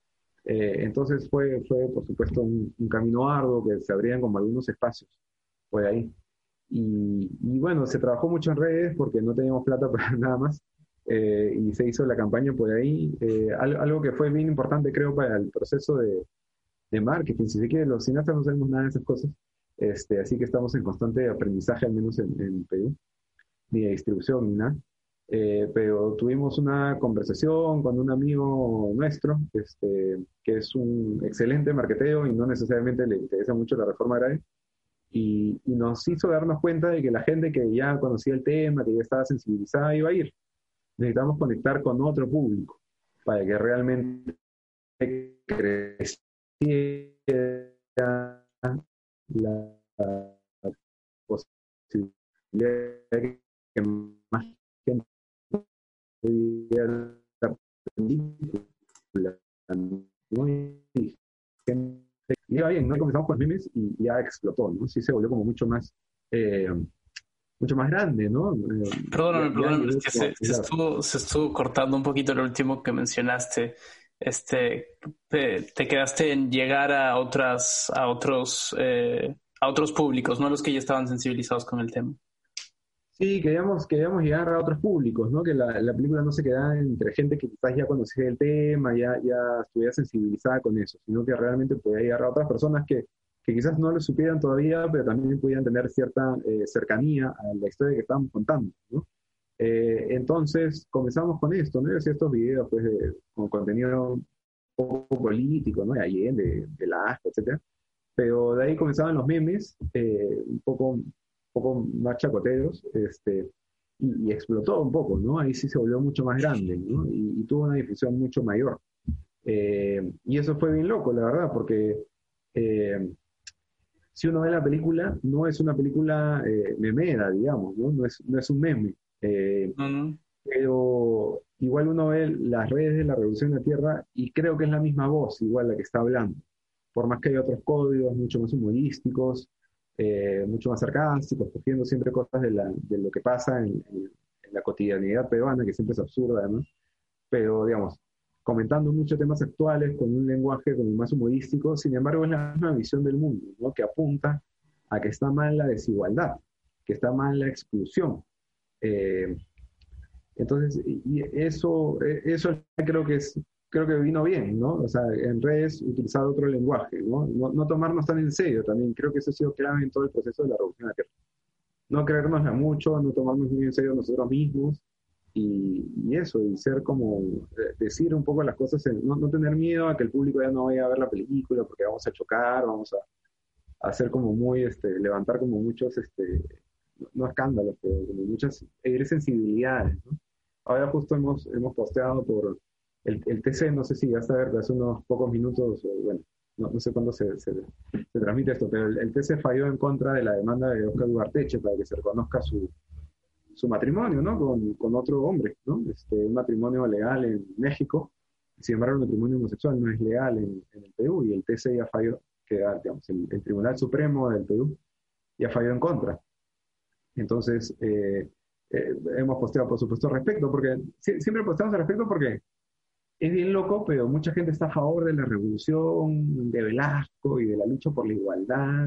Eh, entonces fue, fue, por supuesto, un, un camino arduo que se abrían como algunos espacios por ahí. Y, y bueno, se trabajó mucho en redes porque no teníamos plata para nada más. Eh, y se hizo la campaña por ahí. Eh, algo, algo que fue bien importante, creo, para el proceso de, de marketing. Si se quiere, los cineastas no sabemos nada de esas cosas. Este, así que estamos en constante aprendizaje, al menos en, en Perú, ni de distribución ni nada. Eh, pero tuvimos una conversación con un amigo nuestro, este, que es un excelente marketero y no necesariamente le interesa mucho la reforma agraria, y, y nos hizo darnos cuenta de que la gente que ya conocía el tema, que ya estaba sensibilizada, iba a ir. Necesitamos conectar con otro público para que realmente creciera la posibilidad de que más gente viera la película, ¿no? Y gente, y iba bien, ¿no? Comenzamos con memes y ya explotó, ¿no? Sí se volvió como mucho más, eh, mucho más grande, ¿no? Eh, Perdóname, ya, perdóname, ya es que se, se, estuvo, se estuvo cortando un poquito lo último que mencionaste. Este, te, te quedaste en llegar a otras, a otros, eh, a otros públicos, no los que ya estaban sensibilizados con el tema. Sí, queríamos, queríamos llegar a otros públicos, ¿no? Que la, la película no se quedara entre gente que quizás ya conocía el tema, ya, ya estuviera sensibilizada con eso, sino que realmente podía llegar a otras personas que, que quizás no lo supieran todavía, pero también pudieran tener cierta eh, cercanía a la historia que estábamos contando, ¿no? Eh, entonces comenzamos con esto, ¿no? Y hacía estos videos pues, de, con contenido un poco político, ¿no? De Allende, de, de la A S P, etcétera. Pero de ahí comenzaban los memes, eh, un poco, un poco más chacoteros, este, y, y explotó un poco, ¿no? Ahí sí se volvió mucho más grande, ¿no? Y, y tuvo una difusión mucho mayor. Eh, y eso fue bien loco, la verdad, porque eh, si uno ve la película, no es una película eh, memera, digamos, ¿no? No es, no es un meme. Eh, Uh-huh. pero igual uno ve las redes de la Revolución de la Tierra y creo que es la misma voz, igual la que está hablando. Por más que hay otros códigos mucho más humorísticos, eh, mucho más sarcásticos, cogiendo siempre cosas de, la, de lo que pasa en, en, en la cotidianidad peruana, que siempre es absurda además, pero digamos, comentando muchos temas actuales con un lenguaje como más humorístico, sin embargo es la misma visión del mundo, ¿no? Que apunta a que está mal la desigualdad, que está mal la exclusión. Eh, entonces, y eso, eso creo que es, creo que vino bien, ¿no? O sea, en redes utilizar otro lenguaje, ¿no? No, no tomarnos tan en serio también. Creo que eso ha sido clave en todo el proceso de la Revolución de la Tierra. No creérnosla mucho, no tomarnos muy en serio nosotros mismos y, y eso, y ser como, decir un poco las cosas, en, no, no tener miedo a que el público ya no vaya a ver la película porque vamos a chocar, vamos a, a hacer como muy, este, levantar como muchos, este, no escándalos, pero como muchas, herir sensibilidades, ¿no? Ahora justo hemos, hemos posteado por el, el T C, no sé si ya está a ver, hace unos pocos minutos, o bueno, no, no sé cuándo se, se, se transmite esto, pero el, el T C falló en contra de la demanda de Oscar Ugarteche para que se reconozca su, su matrimonio, ¿no? Con, con otro hombre, ¿no? Este, un matrimonio legal en México, sin embargo el matrimonio homosexual no es legal en, en el Perú y el T C ya falló, que digamos, el, el Tribunal Supremo del Perú ya falló en contra. Entonces, eh, eh, hemos posteado, por supuesto, al respecto, porque si, siempre posteamos al respecto porque es bien loco, pero mucha gente está a favor de la revolución de Velasco y de la lucha por la igualdad,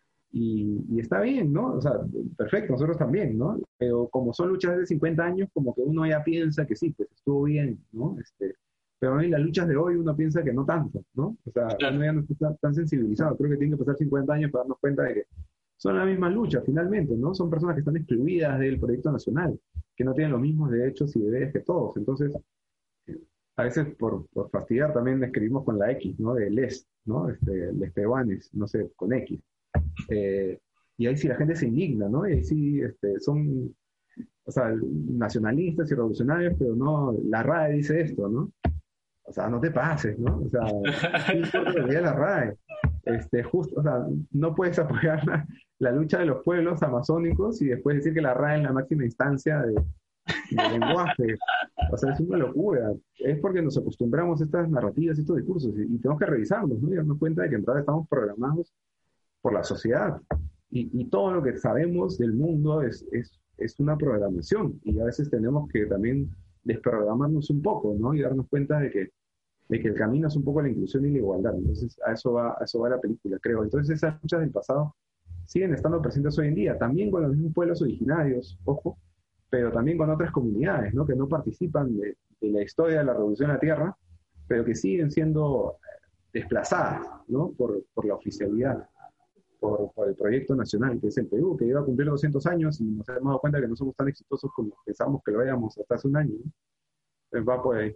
y, y está bien, ¿no? O sea, perfecto, nosotros también, ¿no? Pero como son luchas de cincuenta años, como que uno ya piensa que sí, pues estuvo bien, ¿no? Este, pero en las luchas de hoy uno piensa que no tanto, ¿no? O sea, Claro. uno ya no está tan sensibilizado. Creo que tiene que pasar cincuenta años para darnos cuenta de que son la misma lucha, finalmente, ¿no? Son personas que están excluidas del proyecto nacional, que no tienen los mismos derechos y deberes que todos. Entonces, eh, a veces por, por fastidiar también escribimos con la X, ¿no? De les, ¿no? Este, les peruanes, no sé, con X. Eh, y ahí sí la gente se indigna, ¿no? Y ahí sí este, son, o sea, nacionalistas y revolucionarios, pero no, la R A E dice esto, ¿no? O sea, no te pases, ¿no? O sea, ¿qué importa lo que diga la R A E? Este, justo, o sea, no puedes apoyar la, la lucha de los pueblos amazónicos y después decir que la R A E es la máxima instancia de, de lenguaje. O sea, es una locura. Es porque nos acostumbramos a estas narrativas, estos discursos, y, y tenemos que revisarlos, ¿no? Y darnos cuenta de que en verdad estamos programados por la sociedad. Y, y todo lo que sabemos del mundo es, es, es una programación. Y a veces tenemos que también desprogramarnos un poco, ¿no? Y darnos cuenta de que de que el camino es un poco la inclusión y la igualdad. Entonces, a eso va, a eso va la película, creo. Entonces, esas luchas del pasado siguen estando presentes hoy en día, también con los mismos pueblos originarios, ojo, pero también con otras comunidades, ¿no? Que no participan de, de la historia de la Revolución de la Tierra, pero que siguen siendo desplazadas, ¿no? Por, por la oficialidad, por, por el proyecto nacional, que es el Perú, que lleva a cumplir doscientos años y nos hemos dado cuenta que no somos tan exitosos como pensábamos que lo éramos hasta hace un año, ¿no? Entonces va por ahí.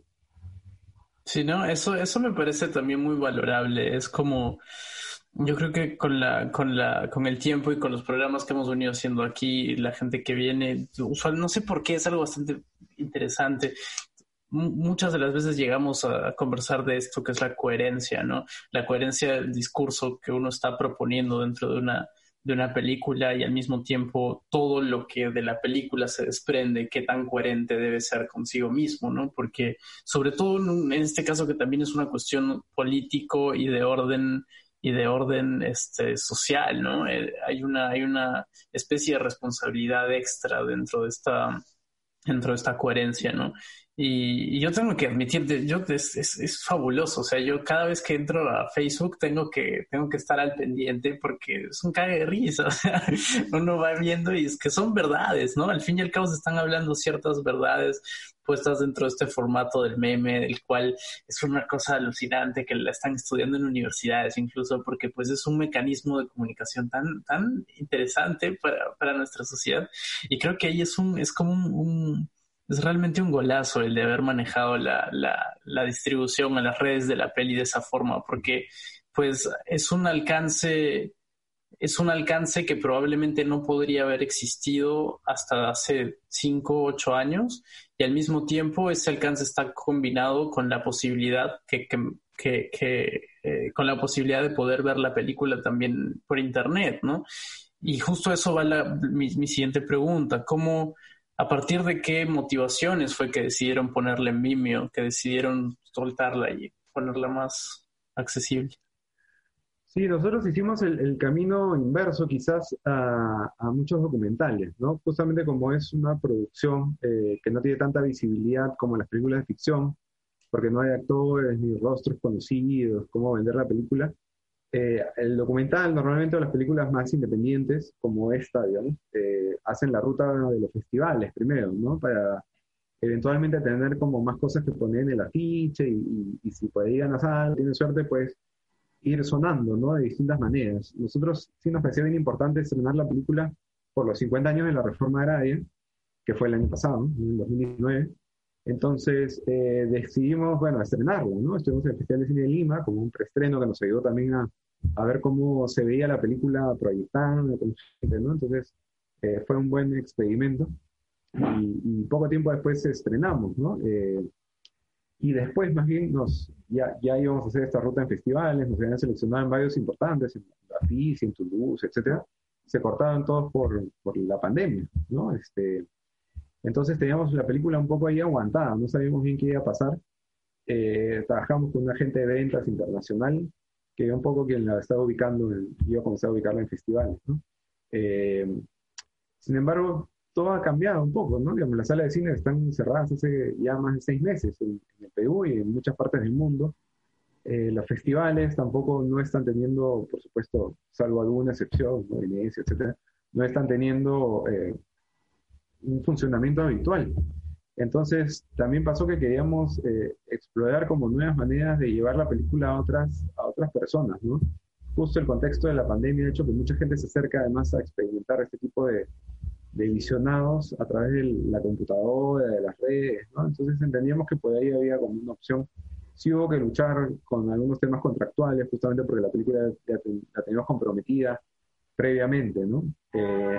Sí, no, eso, eso me parece también muy valorable. Es como, yo creo que con la, con la, con el tiempo y con los programas que hemos venido haciendo aquí, la gente que viene, usual, no sé por qué, es algo bastante interesante. M- muchas de las veces llegamos a, a conversar de esto que es la coherencia, ¿no? La coherencia del discurso que uno está proponiendo dentro de una, de una película y al mismo tiempo todo lo que de la película se desprende, qué tan coherente debe ser consigo mismo, ¿no? Porque sobre todo en, en este caso que también es una cuestión político y de orden y de orden este social, ¿no? Eh, hay una hay una especie de responsabilidad extra dentro de esta dentro de esta coherencia, ¿no? Y, y yo tengo que admitir, de- yo es, es, es fabuloso, o sea, yo cada vez que entro a Facebook tengo que, tengo que estar al pendiente porque es un cague de risa, o sea, uno va viendo y es que son verdades, ¿no? Al fin y al cabo se están hablando ciertas verdades puestas dentro de este formato del meme, el cual es una cosa alucinante que la están estudiando en universidades incluso porque pues es un mecanismo de comunicación tan, tan interesante para, para nuestra sociedad y creo que ahí es un, es como un, un es realmente un golazo el de haber manejado la, la, la distribución en las redes de la peli de esa forma, porque pues es un alcance, es un alcance que probablemente no podría haber existido hasta hace cinco o ocho años, y al mismo tiempo ese alcance está combinado con la posibilidad que, que, que, que eh, con la posibilidad de poder ver la película también por internet, ¿no? Y justo eso va la, mi, mi siguiente pregunta, ¿cómo, a partir de qué motivaciones fue que decidieron ponerla en Vimeo, que decidieron soltarla y ponerla más accesible? Sí, nosotros hicimos el, el camino inverso quizás a, a muchos documentales, ¿no? Justamente como es una producción eh, que no tiene tanta visibilidad como las películas de ficción, porque no hay actores ni rostros conocidos, cómo vender la película. Eh, el documental, normalmente, o las películas más independientes, como esta, digamos, eh, hacen la ruta de los festivales primero, ¿no? Para eventualmente tener como más cosas que poner en el afiche y, y, y si puede ir a Nazar, tiene suerte, pues ir sonando, ¿no? De distintas maneras. Nosotros sí nos parecía bien importante estrenar la película por los cincuenta años de la reforma agraria, que fue el año pasado, en el dos mil diecinueve. Entonces eh, decidimos, bueno, estrenarla, ¿no? Estuvimos en el Festival de Cine de Lima como un preestreno que nos ayudó también a, a ver cómo se veía la película proyectada, ¿no? Entonces eh, fue un buen experimento y, y poco tiempo después estrenamos, ¿no? Eh, y después, más bien, nos, ya, ya íbamos a hacer esta ruta en festivales, nos habían seleccionado en varios importantes, en Rafis, en Toulouse, etcétera. Se cortaban todos por, por la pandemia, ¿no? Este, entonces teníamos la película un poco ahí aguantada, no sabíamos bien qué iba a pasar. Eh, trabajamos con un agente de ventas internacional, que era un poco quien la estaba ubicando, en, iba a comenzar a ubicarla en festivales, ¿no? Eh, Sin embargo, todo ha cambiado un poco, ¿no? Digamos, las salas de cine están cerradas hace ya más de seis meses en, en el Perú y en muchas partes del mundo. Eh, los festivales tampoco no están teniendo, por supuesto, salvo alguna excepción, ¿no? Venecia, etcétera, no están teniendo eh, un funcionamiento habitual. Entonces, también pasó que queríamos eh, explorar como nuevas maneras de llevar la película a otras, a otras personas, ¿no? Justo el contexto de la pandemia ha hecho que mucha gente se acerca además a experimentar este tipo de, de visionados a través de la computadora, de las redes, ¿no? Entonces entendíamos que por ahí había como una opción. Sí hubo que luchar con algunos temas contractuales, justamente porque la película ya ten, la teníamos comprometida previamente, ¿no? Eh,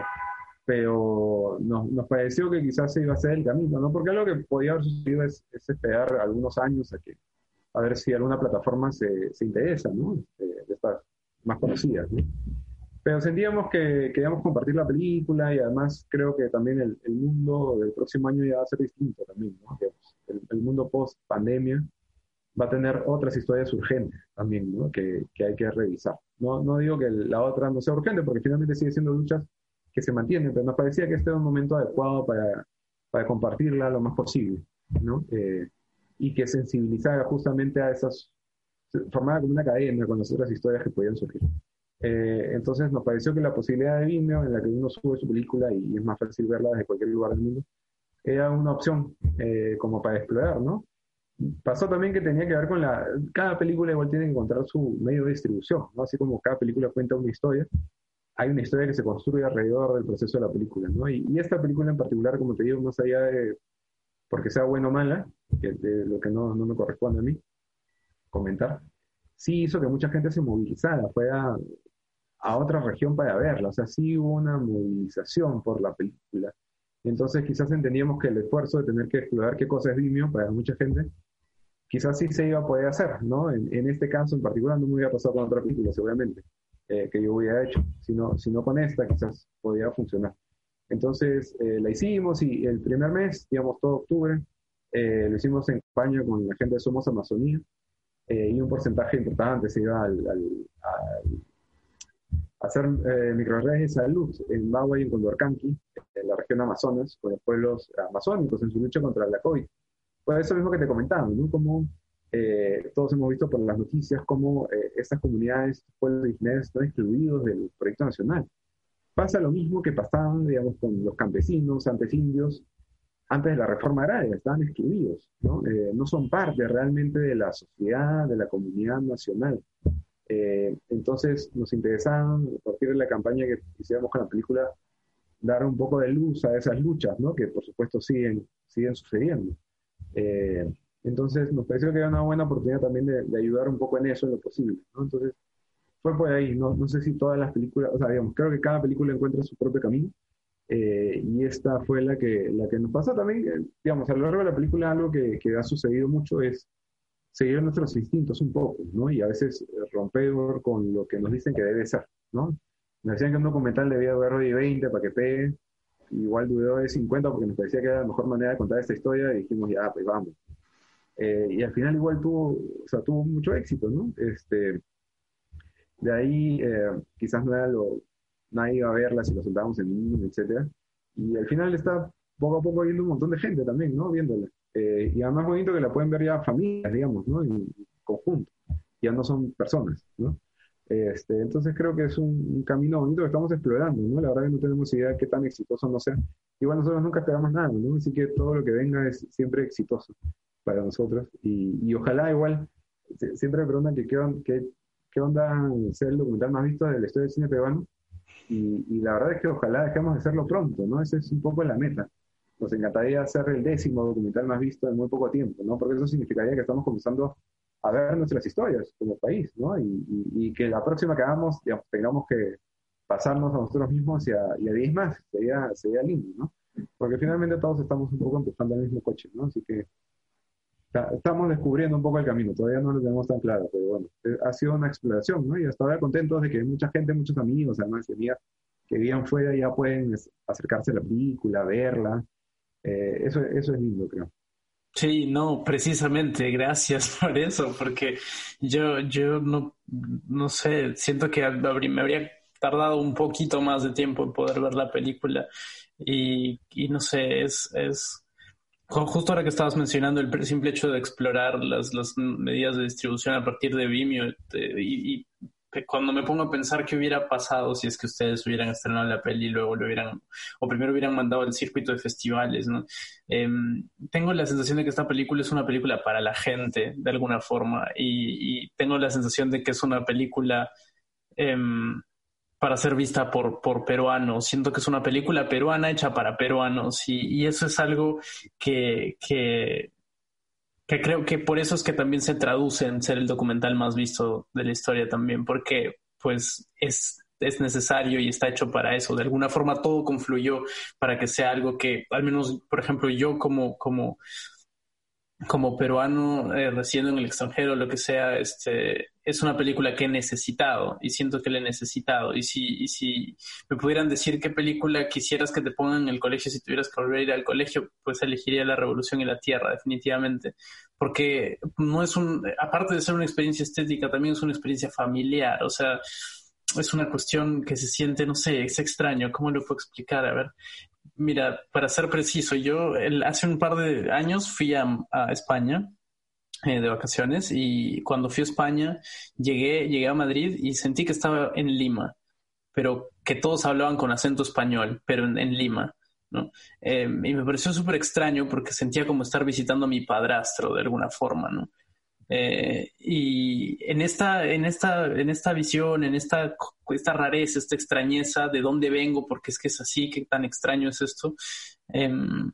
pero nos, nos pareció que quizás se iba a ser el camino, ¿no? Porque algo que podía haber sucedido es, es esperar algunos años a que a ver si alguna plataforma se, se interesa, ¿no? De, de estas más conocidas, ¿no? Pero sentíamos que queríamos compartir la película y además creo que también el, el mundo del próximo año ya va a ser distinto también, ¿no? El, el mundo post pandemia va a tener otras historias urgentes también, ¿no? Que, que hay que revisar. No, no digo que la otra no sea urgente, porque finalmente sigue siendo luchas que se mantienen, pero nos parecía que este era un momento adecuado para, para compartirla lo más posible, ¿no? Eh, y que sensibilizara justamente a esas, formaba como una cadena con las otras historias que podían surgir. Eh, entonces nos pareció que la posibilidad de Vimeo, en la que uno sube su película y es más fácil verla desde cualquier lugar del mundo, era una opción eh, como para explorar, ¿no? Pasó también que tenía que ver con la... Cada película igual tiene que encontrar su medio de distribución, ¿no? Así como cada película cuenta una historia, hay una historia que se construye alrededor del proceso de la película, ¿no? Y, y esta película en particular, como te digo, más allá de porque sea buena o mala, que de lo que no, no me corresponde a mí comentar, sí hizo que mucha gente se movilizara, fue a, a otra región para verla, o sea, sí hubo una movilización por la película. Entonces quizás entendíamos que el esfuerzo de tener que explorar qué cosa es Vimeo para mucha gente, quizás sí se iba a poder hacer, ¿no? En, en este caso en particular no me hubiera pasado con otra película, seguramente, eh, que yo hubiera hecho, sino, sino con esta quizás podía funcionar. Entonces eh, la hicimos y el primer mes, digamos todo octubre, eh, lo hicimos en campaña con la gente de Somos Amazonía, eh, y un porcentaje importante se iba al, al, al a hacer eh, microredes de salud en Bagua y en Condorcanqui, en la región Amazonas, con los pueblos amazónicos en su lucha contra la COVID. Pues eso mismo que te comentaba, ¿no? Como eh, todos hemos visto por las noticias cómo eh, estas comunidades, pueblos originarios están excluidos del proyecto nacional. Pasa lo mismo que pasaba, digamos, con los campesinos, antes indios, antes de la reforma agraria, estaban excluidos, ¿no? Eh, no son parte realmente de la sociedad, de la comunidad nacional. Eh, entonaba nos interesaba, a partir de la campaña que hiciéramos con la película, dar un poco de luz a esas luchas, ¿no? Que por supuesto siguen, siguen sucediendo. Eh, entonces nos pareció que era una buena oportunidad también de, de ayudar un poco en eso, en lo posible, ¿no? Entonces fue por ahí, no, no sé si todas las películas, o sea, digamos, creo que cada película encuentra su propio camino, eh, y esta fue la que, la que nos pasó también, eh, digamos, a lo largo de la película algo que, que ha sucedido mucho es seguir nuestros instintos un poco, ¿no? Y a veces romper con lo que nos dicen que debe ser, ¿no? Nos decían que un documental debía durar de veinte para que pegue, igual duró de cincuenta porque nos parecía que era la mejor manera de contar esta historia y dijimos, ya, pues vamos. Eh, y al final igual tuvo, o sea, tuvo mucho éxito, ¿no? Este... De ahí eh, quizás no era lo, nadie iba a verla si lo soltábamos en línea, etcétera. Y al final está poco a poco viendo un montón de gente también, ¿no? Viéndola. Eh, y además bonito que la pueden ver ya familias, digamos, ¿no? En conjunto. Ya no son personas, ¿no? Este, entonces creo que es un, un camino bonito que estamos explorando, ¿no? La verdad que no tenemos idea de qué tan exitoso no sea. Igual nosotros nunca esperamos nada, ¿no? Así que todo lo que venga es siempre exitoso para nosotros. Y, y ojalá igual, siempre me preguntan que qué, qué qué onda ser el documental más visto de la historia del cine peruano, y, y la verdad es que ojalá dejemos de hacerlo pronto, ¿no? Esa es un poco la meta. Nos encantaría hacer el décimo documental más visto en muy poco tiempo, ¿no? Porque eso significaría que estamos comenzando a ver nuestras historias como país, ¿no? Y, y, y que la próxima que hagamos, digamos, tengamos que pasarnos a nosotros mismos y a, y a diez más, sería, sería lindo, ¿no? Porque finalmente todos estamos un poco empujando el mismo coche, ¿no? Así que estamos descubriendo un poco el camino, todavía no lo tenemos tan claro, pero bueno, ha sido una exploración, ¿no? Y hasta ahora contentos de que mucha gente, muchos amigos, además y amigas que vivían fuera ya pueden acercarse a la película, verla. Eh, eso, eso es lindo, creo. Sí, no, precisamente, gracias por eso, porque yo, yo no, no sé, siento que me habría tardado un poquito más de tiempo en poder ver la película y, y no sé, es... es justo ahora que estabas mencionando el simple hecho de explorar las, las medidas de distribución a partir de Vimeo, y, y cuando me pongo a pensar qué hubiera pasado si es que ustedes hubieran estrenado la peli y luego lo hubieran, o primero hubieran mandado al circuito de festivales, ¿no? Eh, tengo la sensación de que esta película es una película para la gente, de alguna forma, y, y tengo la sensación de que es una película... Eh, para ser vista por, por peruanos. Siento que es una película peruana hecha para peruanos y, y eso es algo que, que, que creo que por eso es que también se traduce en ser el documental más visto de la historia también, porque pues es, es necesario y está hecho para eso. De alguna forma todo confluyó para que sea algo que, al menos, por ejemplo, yo como... como como peruano eh, residiendo en el extranjero, lo que sea, este, es una película que he necesitado y siento que la he necesitado. Y si, y si me pudieran decir qué película quisieras que te pongan en el colegio si tuvieras que volver a ir al colegio, pues elegiría La Revolución y la Tierra, definitivamente. Porque no es un, aparte de ser una experiencia estética, también es una experiencia familiar. O sea, es una cuestión que se siente, no sé, es extraño. ¿Cómo lo puedo explicar? A ver. Mira, para ser preciso, yo el, hace un par de años fui a, a España eh, de vacaciones, y cuando fui a España llegué, llegué a Madrid y sentí que estaba en Lima, pero que todos hablaban con acento español, pero en, en Lima, ¿no? Eh, y me pareció súper extraño porque sentía como estar visitando a mi padrastro de alguna forma, ¿no? Eh, y en esta, en esta, en esta visión, en esta, esta rareza, esta extrañeza de dónde vengo, porque es que es así, qué tan extraño es esto, eh,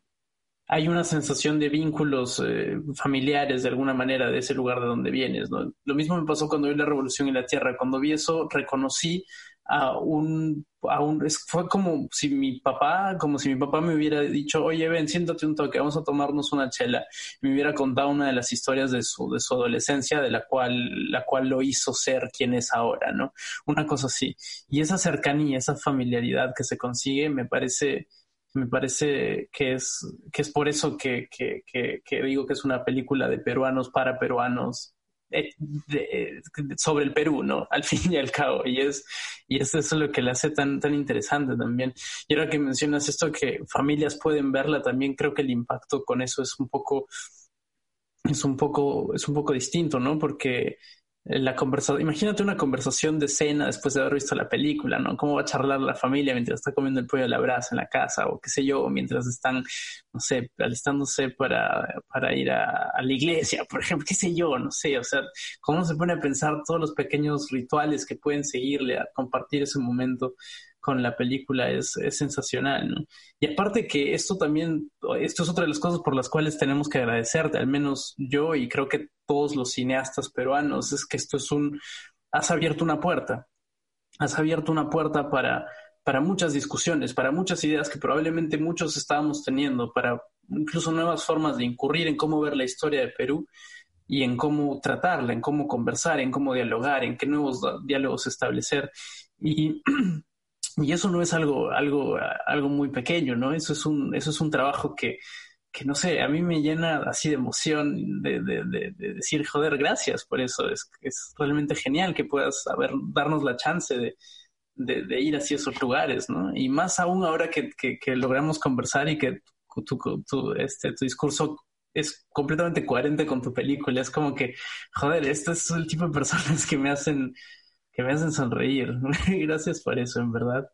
hay una sensación de vínculos eh, familiares de alguna manera de ese lugar de donde vienes, ¿no? Lo mismo me pasó cuando vi La Revolución en la Tierra. Cuando vi eso, reconocí a un, a un, fue como si mi papá, como si mi papá me hubiera dicho, oye, ven, siéntate un toque, vamos a tomarnos una chela. Y me hubiera contado una de las historias de su, de su adolescencia, de la cual, la cual lo hizo ser quien es ahora, ¿no? Una cosa así. Y esa cercanía, esa familiaridad que se consigue, me parece, me parece que es, que es por eso que, que, que, que digo que es una película de peruanos para peruanos, eh, de, de, sobre el Perú, ¿no? Al fin y al cabo. Y es, y es eso lo que le hace tan, tan interesante también. Y ahora que mencionas esto, que familias pueden verla, también creo que el impacto con eso es un poco, es un poco, es un poco distinto, ¿no? Porque la conversación, imagínate una conversación de cena después de haber visto la película, ¿no? ¿Cómo va a charlar la familia mientras está comiendo el pollo a la brasa en la casa, o qué sé yo, mientras están, no sé, alistándose para, para ir a, a la iglesia, por ejemplo, qué sé yo, no sé, o sea, cómo se pone a pensar todos los pequeños rituales que pueden seguirle a compartir ese momento con la película es, es sensacional, ¿no? Y aparte que esto también, esto es otra de las cosas por las cuales tenemos que agradecerte, al menos yo y creo que todos los cineastas peruanos, es que esto es un, has abierto una puerta, has abierto una puerta para, para muchas discusiones, para muchas ideas que probablemente muchos estábamos teniendo, para incluso nuevas formas de incurrir en cómo ver la historia de Perú y en cómo tratarla, en cómo conversar, en cómo dialogar, en qué nuevos diálogos establecer. Y Y eso no es algo, algo, algo muy pequeño, ¿no? Eso es un, eso es un trabajo que, que no sé, a mí me llena así de emoción de, de, de, de decir, joder, gracias por eso. Es, es realmente genial que puedas haber, darnos la chance de, de, de ir hacia esos lugares, ¿no? Y más aún ahora que, que, que logramos conversar y que tu, tu, tu, este, tu discurso es completamente coherente con tu película. Es como que, joder, este es el tipo de personas que me hacen que me hacen sonreír. Gracias por eso, en verdad.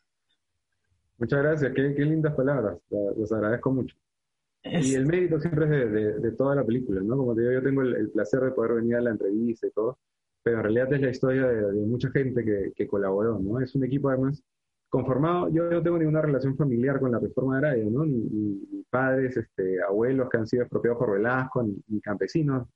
Muchas gracias, qué, qué lindas palabras, los agradezco mucho. Y Es... el mérito siempre es de, de, de toda la película, ¿no? Como te digo, yo tengo el, el placer de poder venir a la entrevista y todo, pero en realidad es la historia de, de mucha gente que, que colaboró, ¿no? Es un equipo además conformado, yo no tengo ninguna relación familiar con la reforma agraria, ¿no? Ni, ni padres, este, abuelos que han sido expropiados por Velasco, ni, ni campesinos,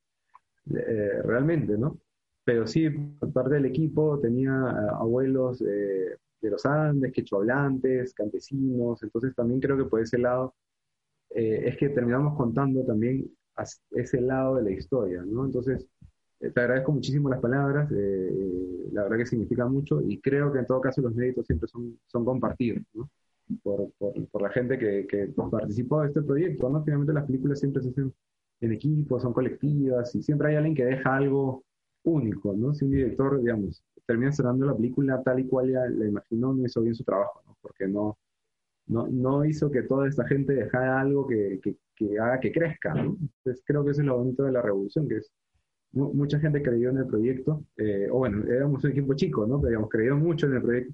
eh, realmente, ¿no? Pero sí, por parte del equipo tenía uh, abuelos eh, de los Andes, quechohablantes, campesinos, entonces también creo que por ese lado eh, es que terminamos contando también ese lado de la historia, ¿no? Entonces, eh, te agradezco muchísimo las palabras, eh, la verdad que significa mucho y creo que en todo caso los méritos siempre son, son compartidos, ¿no? Por, por, por la gente que, que participó de este proyecto, ¿no? Finalmente las películas siempre se hacen en equipo, son colectivas y siempre hay alguien que deja algo único, ¿no? Si un director, digamos, termina cerrando la película tal y cual ya la imaginó, no hizo bien su trabajo, ¿no? Porque no, no, no hizo que toda esta gente dejara algo que, que, que haga que crezca, ¿no? Entonces creo que eso es lo bonito de la revolución, que es mu mucha gente creyó en el proyecto, eh, o bueno, éramos un equipo chico, ¿no? Pero digamos, creyó mucho en el proyecto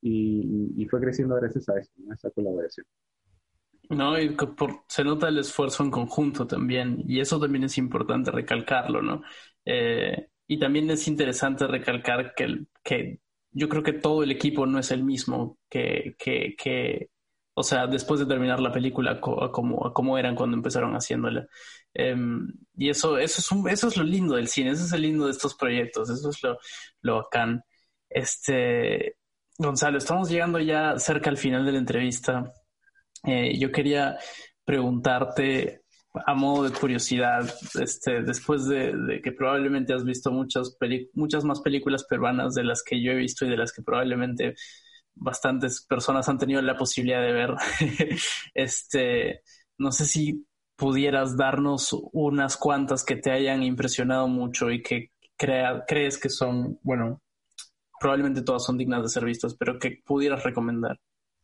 y, y, y fue creciendo gracias a eso, ¿no? A esa colaboración. No, y por, se nota el esfuerzo en conjunto también, y eso también es importante recalcarlo, ¿no? Eh, y también es interesante recalcar que, el, que yo creo que todo el equipo no es el mismo que, que, que o sea, después de terminar la película, co, como, como eran cuando empezaron haciéndola. Eh, y eso, eso, es un, eso es lo lindo del cine, eso es el lindo de estos proyectos, eso es lo, lo bacán. Este, Gonzalo, estamos llegando ya cerca al final de la entrevista. Eh, yo quería preguntarte a modo de curiosidad, este, después de, de que probablemente has visto muchas, muchas más películas peruanas de las que yo he visto y de las que probablemente bastantes personas han tenido la posibilidad de ver, este, no sé si pudieras darnos unas cuantas que te hayan impresionado mucho y que crea, crees que son, bueno, probablemente todas son dignas de ser vistas, pero que pudieras recomendar.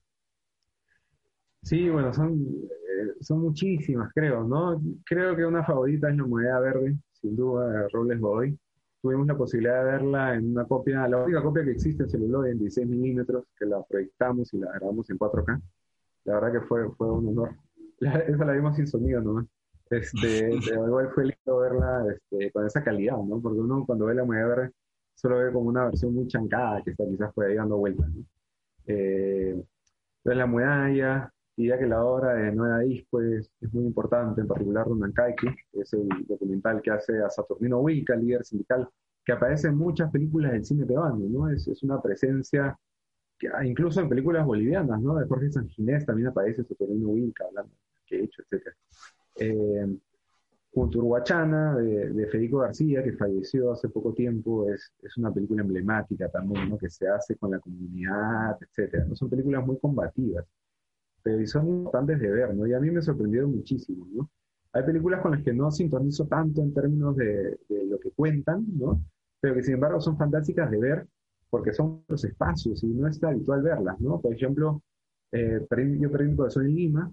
Sí, bueno, son, eh, son muchísimas, creo, ¿no? Creo que una favorita es La Moneda Verde, sin duda, de Robles Godoy. Tuvimos la posibilidad de verla en una copia, la única copia que existe en celuloide en dieciséis milímetros, que la proyectamos y la grabamos en cuatro K. La verdad que fue, fue un honor. La, esa la vimos sin sonido nomás. Este, pero igual fue lindo verla este, con esa calidad, ¿no? Porque uno cuando ve la Moneda Verde solo ve como una versión muy chancada que está quizás por ahí dando vueltas, ¿no? Eh, entonces la muralla, y ya que la obra de Noé Adís pues, es muy importante, en particular Runankaiki, que es el documental que hace a Saturnino Huilca, líder sindical, que aparece en muchas películas del cine peruano, ¿no? Es, es una presencia, que, incluso en películas bolivianas, ¿no? De Jorge Sanginés también aparece Saturnino Huilca hablando de qué he hecho, etcétera. Eh, Culturhuachana, de, de Federico García, que falleció hace poco tiempo, es, es una película emblemática también, ¿no? Que se hace con la comunidad, etcétera. ¿No? Son películas muy combativas, pero son importantes de ver, ¿no? Y a mí me sorprendieron muchísimo, ¿no? Hay películas con las que no sintonizo tanto en términos de, de lo que cuentan, ¿no? Pero que sin embargo son fantásticas de ver porque son los espacios y no es habitual verlas, ¿no? Por ejemplo, eh, yo perdí mi corazón en Lima,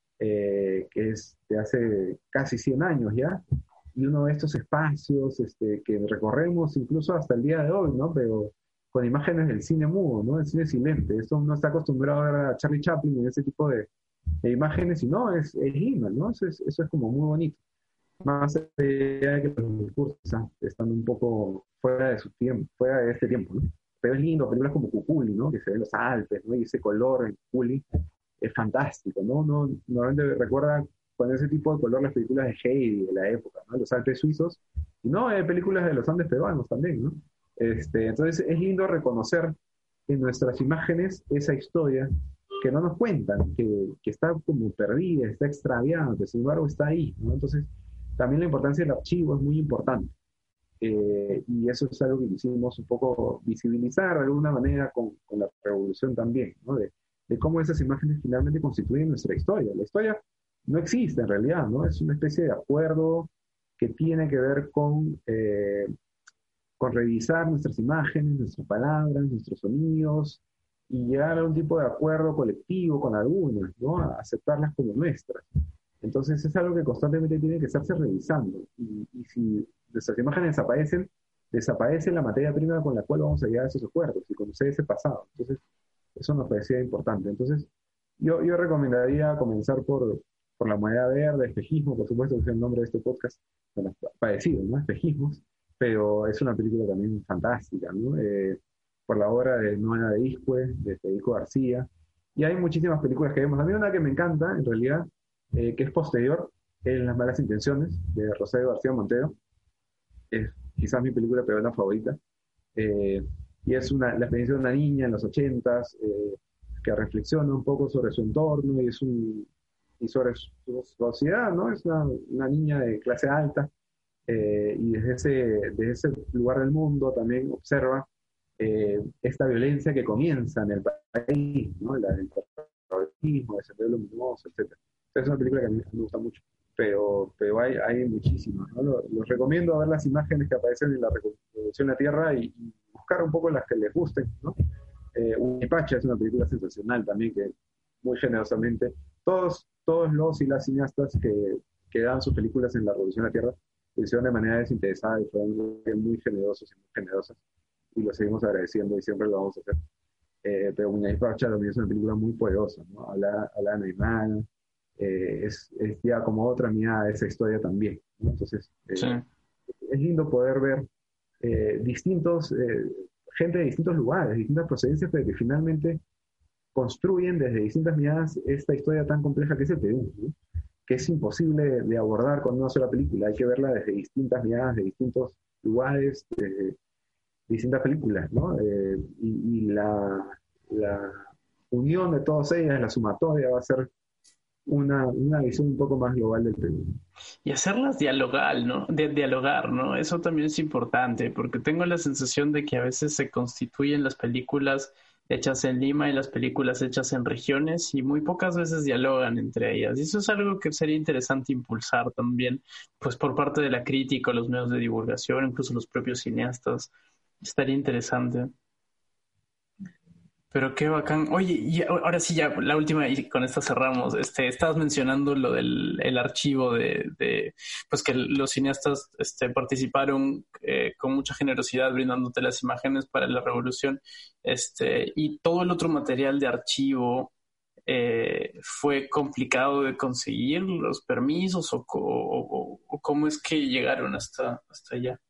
Eh, que es de hace casi cien años ya, y uno de estos espacios este, que recorremos incluso hasta el día de hoy, ¿no? Pero con imágenes del cine mudo, ¿no? El cine silente. Esto uno está acostumbrado a ver a Charlie Chaplin en ese tipo de, de imágenes, y no, es, es Lima, ¿no? Eso es, eso es como muy bonito. Más allá de que los discursos están un poco fuera de su tiempo, fuera de este tiempo, ¿no? Pero es lindo, películas como Cuculi, ¿no? Que se ven los Alpes, ¿no? Y ese color en Cuculi es fantástico, ¿no? No, normalmente recuerda con ese tipo de color las películas de Heidi de la época, ¿no? Los Alpes suizos, y no, hay películas de los Andes peruanos también, ¿no? Este, entonces es lindo reconocer en nuestras imágenes esa historia que no nos cuentan, que, que está como perdida, está extraviada, que sin embargo está ahí, ¿no? Entonces también la importancia del archivo es muy importante. Eh, y eso es algo que quisimos un poco visibilizar de alguna manera con, con la revolución también, ¿no? De, de cómo esas imágenes finalmente constituyen nuestra historia. La historia no existe en realidad, ¿no? Es una especie de acuerdo que tiene que ver con, eh, con revisar nuestras imágenes, nuestras palabras, nuestros sonidos, y llegar a un tipo de acuerdo colectivo con algunas, ¿no? A aceptarlas como nuestras. Entonces es algo que constantemente tiene que estarse revisando. Y, y si nuestras imágenes desaparecen, desaparece la materia prima con la cual vamos a llegar a esos acuerdos y conocer ese pasado. Entonces, eso nos parecía importante. Entonces, yo, yo recomendaría comenzar por, por La Moneda Verde, Espejismo, por supuesto, que es el nombre de este podcast, bueno, parecido, ¿no? Espejismos, pero es una película también fantástica, ¿no? Eh, por la obra de Noé de Iscue, de Federico García, y hay muchísimas películas que vemos. A mí una que me encanta, en realidad, eh, que es posterior, es Las Malas Intenciones, de Rosario García Montero. Es quizás mi película peruana favorita. Eh, y es una, la experiencia de una niña en los ochentas, eh, que reflexiona un poco sobre su entorno y, es un, y sobre su, su sociedad, ¿no? Es una, una niña de clase alta, eh, y desde ese, desde ese lugar del mundo también observa eh, esta violencia que comienza en el país, ¿no? La del terrorismo, el Sendero Luminoso, etcétera. Es una película que a mí me gusta mucho, pero, pero hay, hay muchísimas, ¿no? Los, los recomiendo ver las imágenes que aparecen en la Revolución de la Tierra y, y buscar un poco las que les gusten, ¿no? Eh, Unipacha es una película sensacional también, que muy generosamente, todos, todos los y las cineastas que, que dan sus películas en la Revolución de la Tierra lo hicieron de manera desinteresada y fueron muy generosos y muy generosas, y lo seguimos agradeciendo y siempre lo vamos a hacer. Eh, pero Unipacha también es una película muy poderosa, ¿no? Habla, habla de Neymar, eh, es, es ya como otra mirada de esa historia también, ¿no? Entonces, eh, sí. Es lindo poder ver eh, distintos... Eh, gente de distintos lugares, distintas procedencias, pero que finalmente construyen desde distintas miradas esta historia tan compleja que es el Perú, ¿no? Que es imposible de abordar con una sola película. Hay que verla desde distintas miradas, de distintos lugares, de distintas películas, ¿no? Eh, y y la, la unión de todas ellas, la sumatoria, va a ser una, una visión un poco más global del Perú. Y hacerlas dialogar, ¿no? De dialogar, ¿no? Eso también es importante, porque tengo la sensación de que a veces se constituyen las películas hechas en Lima y las películas hechas en regiones, y muy pocas veces dialogan entre ellas. Y eso es algo que sería interesante impulsar también, pues por parte de la crítica, los medios de divulgación, incluso los propios cineastas. Estaría interesante. Pero qué bacán. Oye, y ahora sí ya, la última, y con esta cerramos. Este, estabas mencionando lo del el archivo de, de, pues que los cineastas este, participaron eh, con mucha generosidad brindándote las imágenes para la revolución. Este, y todo el otro material de archivo eh, fue complicado de conseguir los permisos o, o, o cómo es que llegaron hasta, hasta allá.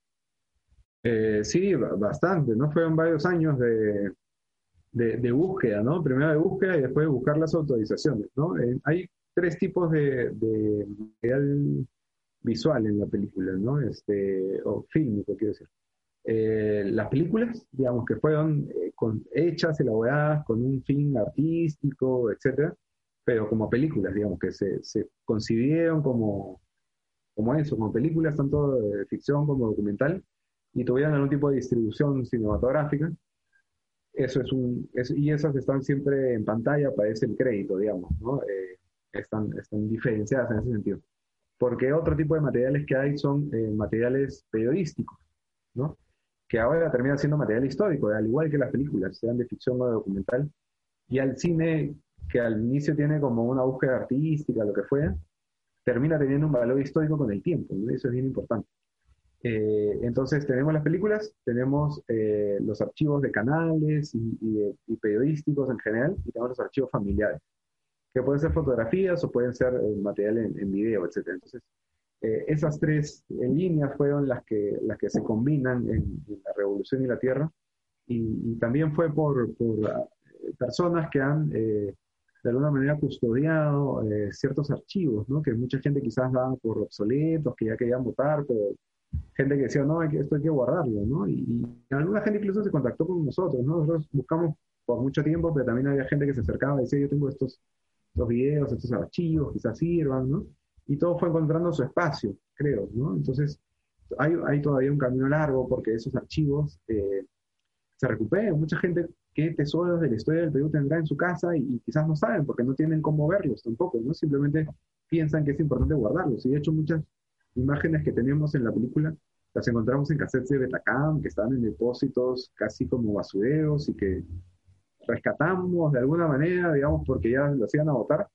Eh, sí, bastante, ¿no? Fueron varios años de De, de búsqueda, ¿no? Primero de búsqueda y después de buscar las autorizaciones, ¿no? Eh, hay tres tipos de, de material visual en la película, ¿no? Este, o fílmico, quiero decir. Eh, las películas, digamos, que fueron eh, con, hechas, elaboradas con un fin artístico, etcétera, pero como películas, digamos, que se, se concibieron como, como eso, como películas, tanto de ficción como documental, y tuvieron algún tipo de distribución cinematográfica. Eso es un, es, y esas están siempre en pantalla, aparece el crédito, digamos, ¿no? Eh, están, están diferenciadas en ese sentido. Porque otro tipo de materiales que hay son eh, materiales periodísticos, ¿no? Que ahora terminan siendo material histórico, al igual que las películas, sean de ficción o de documental. Y al cine, que al inicio tiene como una búsqueda artística, lo que fuera, termina teniendo un valor histórico con el tiempo, ¿no? Eso es bien importante. Eh, entonces tenemos las películas, tenemos eh, los archivos de canales y, y, de, y periodísticos en general, y tenemos los archivos familiares, que pueden ser fotografías o pueden ser eh, material en, en video, etcétera. Entonces, eh, esas tres en líneas fueron las que, las que se combinan en, en la Revolución y la Tierra, y, y también fue por, por uh, personas que han eh, de alguna manera custodiado eh, ciertos archivos, ¿no? Que mucha gente quizás daba por obsoletos, que ya querían votar, pero gente que decía, no, esto hay que guardarlo, ¿no? Y, y alguna gente incluso se contactó con nosotros, ¿no? Nosotros buscamos por mucho tiempo, pero también había gente que se acercaba y decía, yo tengo estos, estos videos, estos archivos, quizás sirvan, ¿no? Y todo fue encontrando su espacio, creo, ¿no? Entonces, hay, hay todavía un camino largo porque esos archivos eh, se recuperen. Mucha gente, ¿qué tesoros de la historia del Perú tendrá en su casa? Y, y quizás no saben porque no tienen cómo verlos tampoco, ¿no? Simplemente piensan que es importante guardarlos. Y de hecho, muchas imágenes que teníamos en la película las encontramos en cassettes de Betacam, que estaban en depósitos casi como basureros y que rescatamos de alguna manera, digamos, porque ya los iban a botar.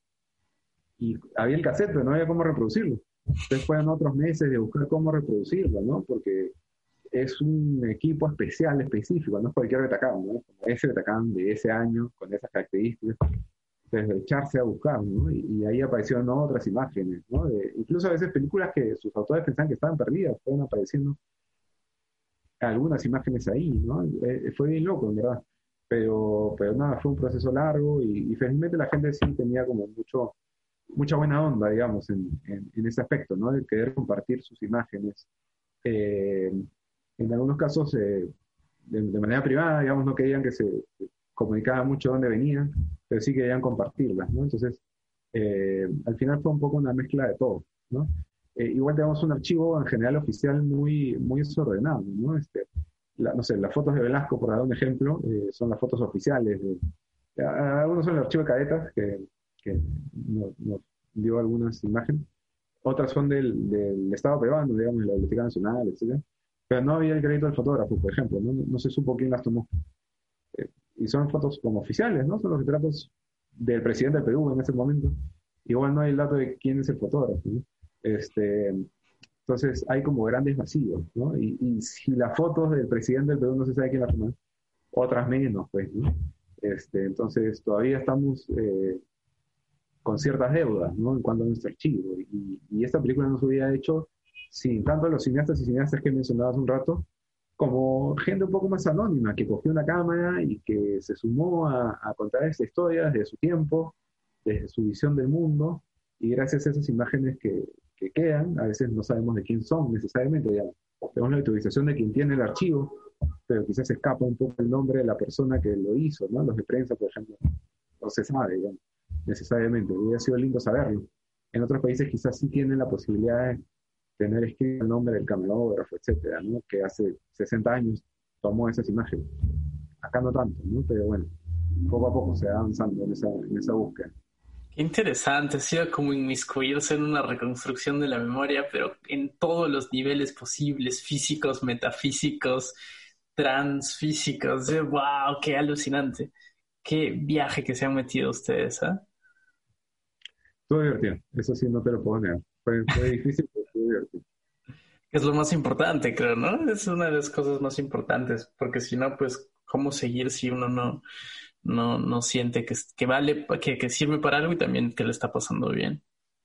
Y había el cassette, pero no había cómo reproducirlo. Entonces fueron otros meses de buscar cómo reproducirlo, ¿no? Porque es un equipo especial, específico, no es cualquier Betacam, ¿no? Como ese Betacam de ese año, con esas características. Entonces, echarse a buscar, ¿no? Y, y ahí aparecieron otras imágenes, ¿no? De, incluso a veces películas que sus autores pensaban que estaban perdidas, fueron apareciendo algunas imágenes ahí, ¿no? Eh, fue bien loco, en verdad. Pero, pero nada, fue un proceso largo y, y felizmente la gente sí tenía como mucho, mucha buena onda, digamos, en, en, en ese aspecto, ¿no? De querer compartir sus imágenes. Eh, en algunos casos, eh, de, de manera privada, digamos, no querían que se comunicaba mucho dónde venían, pero sí querían compartirlas, ¿no? Entonces, eh, al final fue un poco una mezcla de todo, ¿no? Eh, igual tenemos un archivo en general oficial muy, muy desordenado, ¿no? Este, la, no sé, las fotos de Velasco, por dar un ejemplo, eh, son las fotos oficiales. De, de, algunos son el archivo de cadetas, que, que nos, nos dio algunas imágenes. Otras son del, del Estado peruano, digamos, de la Biblioteca Nacional, etcétera. Pero no había el crédito del fotógrafo, por ejemplo, no, no se supo quién las tomó. Eh, y son fotos como oficiales, ¿no? Son los retratos del presidente del Perú en ese momento. Igual no hay el dato de quién es el fotógrafo, ¿no? Este, entonces hay como grandes vacíos, ¿no? Y, y si las fotos del presidente del Perú no se sabe quién las tomó, otras menos, pues, ¿no? Este, entonces todavía estamos eh, con ciertas deudas, ¿no? En cuanto a nuestro archivo. Y, y esta película no se hubiera hecho sin tanto los cineastas y cineastas que mencionaba hace un rato, como gente un poco más anónima, que cogió una cámara y que se sumó a, a contar esta historia desde su tiempo, desde su visión del mundo, y gracias a esas imágenes que, que quedan, a veces no sabemos de quién son necesariamente, digamos. Tenemos la autorización de quien tiene el archivo, pero quizás escapa un poco el nombre de la persona que lo hizo, ¿no? Los de prensa, por ejemplo, no se sabe, digamos, necesariamente. Hubiera sido lindo saberlo. En otros países quizás sí tienen la posibilidad de tener escrito el nombre del camarógrafo, etcétera, ¿no? Que hace sesenta años tomó esas imágenes. Acá no tanto, ¿no? Pero bueno, poco a poco se va avanzando en esa, en esa búsqueda. Qué interesante, ha sido como inmiscuirse en una reconstrucción de la memoria, pero en todos los niveles posibles, físicos, metafísicos, transfísicos. ¡Wow! ¡Qué alucinante! ¡Qué viaje que se han metido ustedes! ¿eh? Estuvo divertido, eso sí, no te lo puedo negar. Fue, fue difícil, pero estuvo divertido. Es lo más importante, creo, ¿no? Es una de las cosas más importantes, porque si no, pues, ¿cómo seguir si uno no, no, no siente que, que vale, que, que sirve para algo y también que le está pasando bien?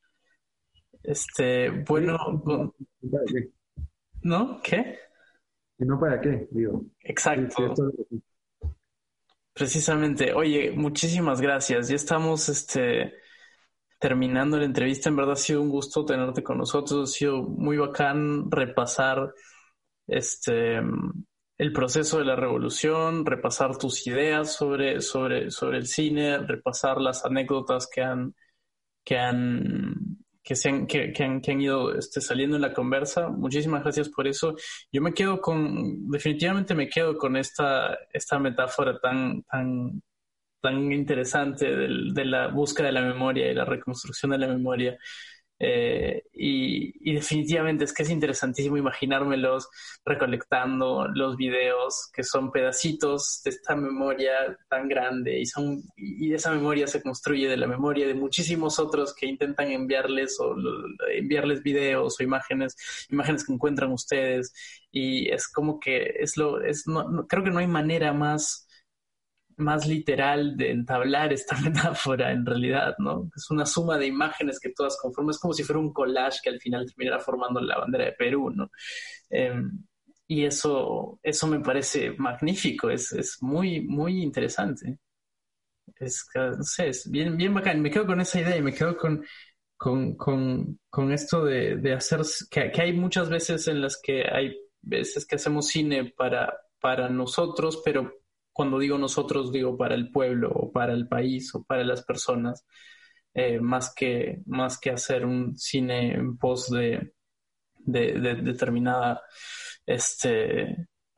Este, bueno, ¿Y para qué? ¿no? ¿Qué? ¿Y no para qué? Digo. Exacto. Sí, sí, esto es lo que- Precisamente. Oye, muchísimas gracias. Ya estamos, este, terminando la entrevista. En verdad ha sido un gusto tenerte con nosotros. Ha sido muy bacán repasar este el proceso de la revolución, repasar tus ideas sobre, sobre, sobre el cine, repasar las anécdotas que han, que han, que se han, que, que han, que han ido este, saliendo en la conversa. Muchísimas gracias por eso. Yo me quedo con, definitivamente me quedo con esta, esta metáfora tan, tan, tan interesante del, de la búsqueda de la memoria y la reconstrucción de la memoria. Eh, y, y definitivamente es que es interesantísimo imaginármelos recolectando los videos que son pedacitos de esta memoria tan grande y, son, y esa memoria se construye de la memoria de muchísimos otros que intentan enviarles o enviarles videos o imágenes, imágenes que encuentran ustedes, y es como que es lo, es, no, no, creo que no hay manera más más literal de entablar esta metáfora en realidad, ¿no? Es una suma de imágenes que todas conforman, es como si fuera un collage que al final terminara formando la bandera de Perú, ¿no? Eh, y eso, eso me parece magnífico, es, es muy, muy interesante. Es, no sé, es bien, bien bacán. Me quedo con esa idea y me quedo con, con, con, con esto de, de hacer, que, que hay muchas veces en las que hay veces que hacemos cine para, para nosotros, pero cuando digo nosotros, digo para el pueblo o para el país o para las personas, eh, más que, más que hacer un cine en pos de, de, de determinada este,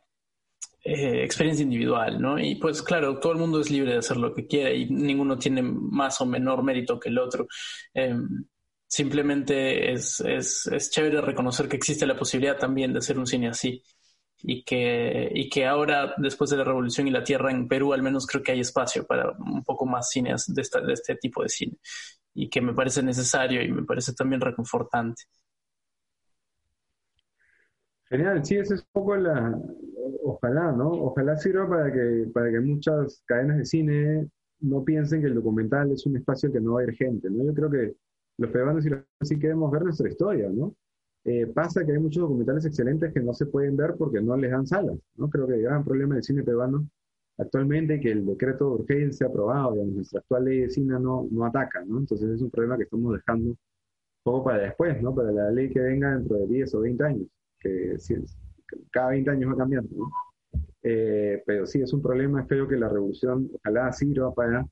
eh, experiencia individual, ¿no? Y pues claro, todo el mundo es libre de hacer lo que quiera y ninguno tiene más o menor mérito que el otro. Eh, simplemente es, es, es chévere reconocer que existe la posibilidad también de hacer un cine así. Y que, y que ahora, después de la revolución y la tierra en Perú, al menos creo que hay espacio para un poco más cines de, esta, de este tipo de cine, y que me parece necesario y me parece también reconfortante. Genial, sí, ese es un poco la... Ojalá, ¿no? Ojalá sirva para que, para que muchas cadenas de cine no piensen que el documental es un espacio que no va a ir gente, ¿no? Yo creo que los peruanos y los sí queremos ver nuestra historia, ¿no? Eh, pasa que hay muchos documentales excelentes que no se pueden ver porque no les dan salas, ¿no? Creo que el gran problema del cine peruano actualmente es que el decreto de urgencia aprobado, digamos, nuestra actual ley de cine no, no ataca, ¿no? Entonces es un problema que estamos dejando un poco para después, ¿no? Para la ley que venga dentro de diez o veinte años, que, si es, que cada veinte años va cambiando, ¿no? Eh, pero sí, es un problema. Espero que la revolución, ojalá sirva para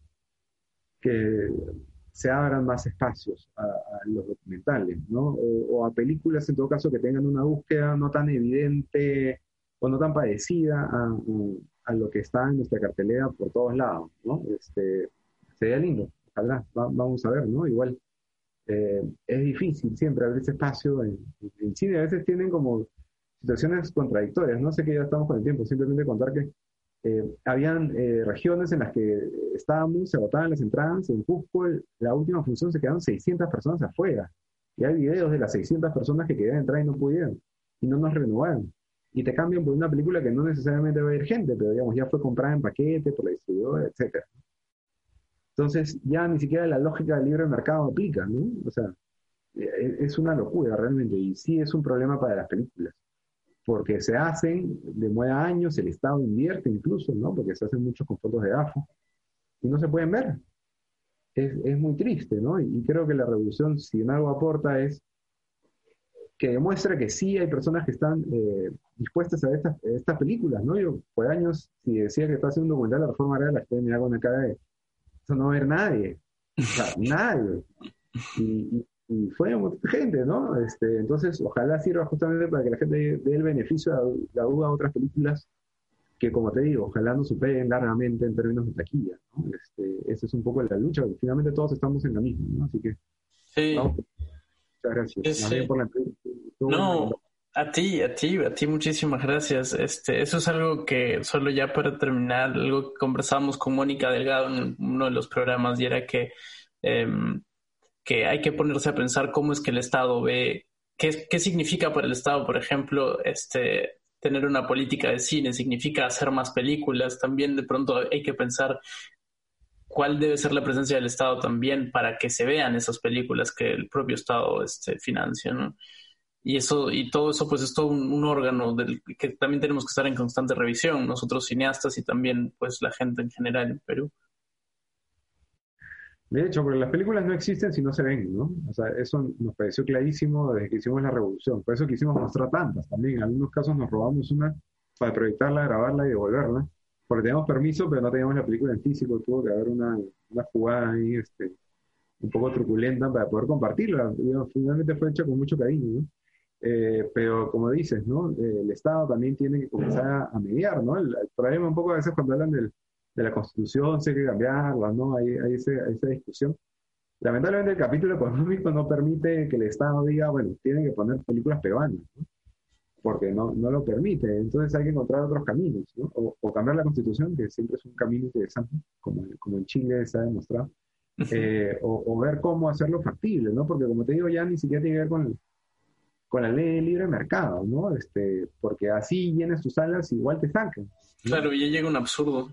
que se abran más espacios a, a los documentales, ¿no? O, o a películas, en todo caso, que tengan una búsqueda no tan evidente o no tan parecida a, a, a lo que está en nuestra cartelera por todos lados, ¿no? Este, sería lindo, ojalá, va, vamos a ver, ¿no? Igual, eh, es difícil siempre abrir ese espacio en, en cine. A veces tienen como situaciones contradictorias, no sé, que ya estamos con el tiempo, simplemente contar que Eh, habían eh, regiones en las que estábamos, se agotaban las entradas. En Cusco, la última función se quedaron seiscientas personas afuera. Y hay videos de las seiscientas personas que querían entrar y no pudieron. Y no nos renovaron. Y te cambian por una película que no necesariamente va a ir gente, pero digamos, ya fue comprada en paquete por la distribuidora, etcétera. Entonces, ya ni siquiera la lógica del libre mercado aplica, ¿no? O sea, es una locura realmente. Y sí es un problema para las películas, porque se hacen, demora años, el Estado invierte incluso, ¿no? Porque se hacen muchos con fotos de gafo y no se pueden ver. Es, es muy triste, ¿no? Y, y creo que la revolución, si en algo aporta, es que demuestra que sí hay personas que están eh, dispuestas a estas, a estas películas, ¿no? Yo por años, si decía que estaba haciendo un documental de la reforma agraria, la gente me miraba con una cara de, eso no va a ver nadie, o sea, nadie. Y, y Y fue mucha gente, ¿no? Este, entonces, ojalá sirva justamente para que la gente dé el beneficio de la duda a otras películas que, como te digo, ojalá nos superen largamente en términos de taquilla, ¿no? Este, esa es un poco la lucha, porque finalmente todos estamos en la misma, ¿no? Así que, Sí. vamos. Muchas gracias. Sí, Más bien sí. por la entrevista. No, A ti, a ti, a ti muchísimas gracias. Este, eso es algo que, solo ya para terminar, algo que conversamos con Mónica Delgado en uno de los programas, y era que, eh, que hay que ponerse a pensar cómo es que el Estado ve, qué, qué significa para el Estado, por ejemplo, este, tener una política de cine, significa hacer más películas. También de pronto hay que pensar cuál debe ser la presencia del Estado también para que se vean esas películas que el propio Estado este, financia, ¿no? Y eso, y todo eso pues es todo un, un órgano del que también tenemos que estar en constante revisión, nosotros cineastas y también pues la gente en general en Perú. De hecho, porque las películas no existen si no se ven, ¿no? O sea, eso nos pareció clarísimo desde que hicimos la revolución. Por eso quisimos mostrar tantas también. En algunos casos nos robamos una para proyectarla, grabarla y devolverla. Porque teníamos permiso, pero no teníamos la película en físico. Tuvo que haber una, una jugada ahí este, un poco truculenta para poder compartirla. Digamos, finalmente fue hecha con mucho cariño, ¿no? Eh, pero como dices, ¿no? Eh, el Estado también tiene que comenzar a, a mediar, ¿no? El, el problema un poco a veces cuando hablan del, de la Constitución, si hay que cambiarla, ¿no? Hay, hay ese, esa discusión. Lamentablemente el capítulo económico no permite que el Estado diga, bueno, tienen que poner películas peruanas, ¿no? Porque no, no lo permite. Entonces hay que encontrar otros caminos, ¿no? O, o cambiar la Constitución, que siempre es un camino interesante, como, como en Chile se ha demostrado, eh, o, o ver cómo hacerlo factible, ¿no? Porque como te digo, ya ni siquiera tiene que ver con el, con la ley de libre mercado, ¿no? Este, porque así llenas tus salas, igual te sacan, ¿no? Claro, y ya llega un absurdo.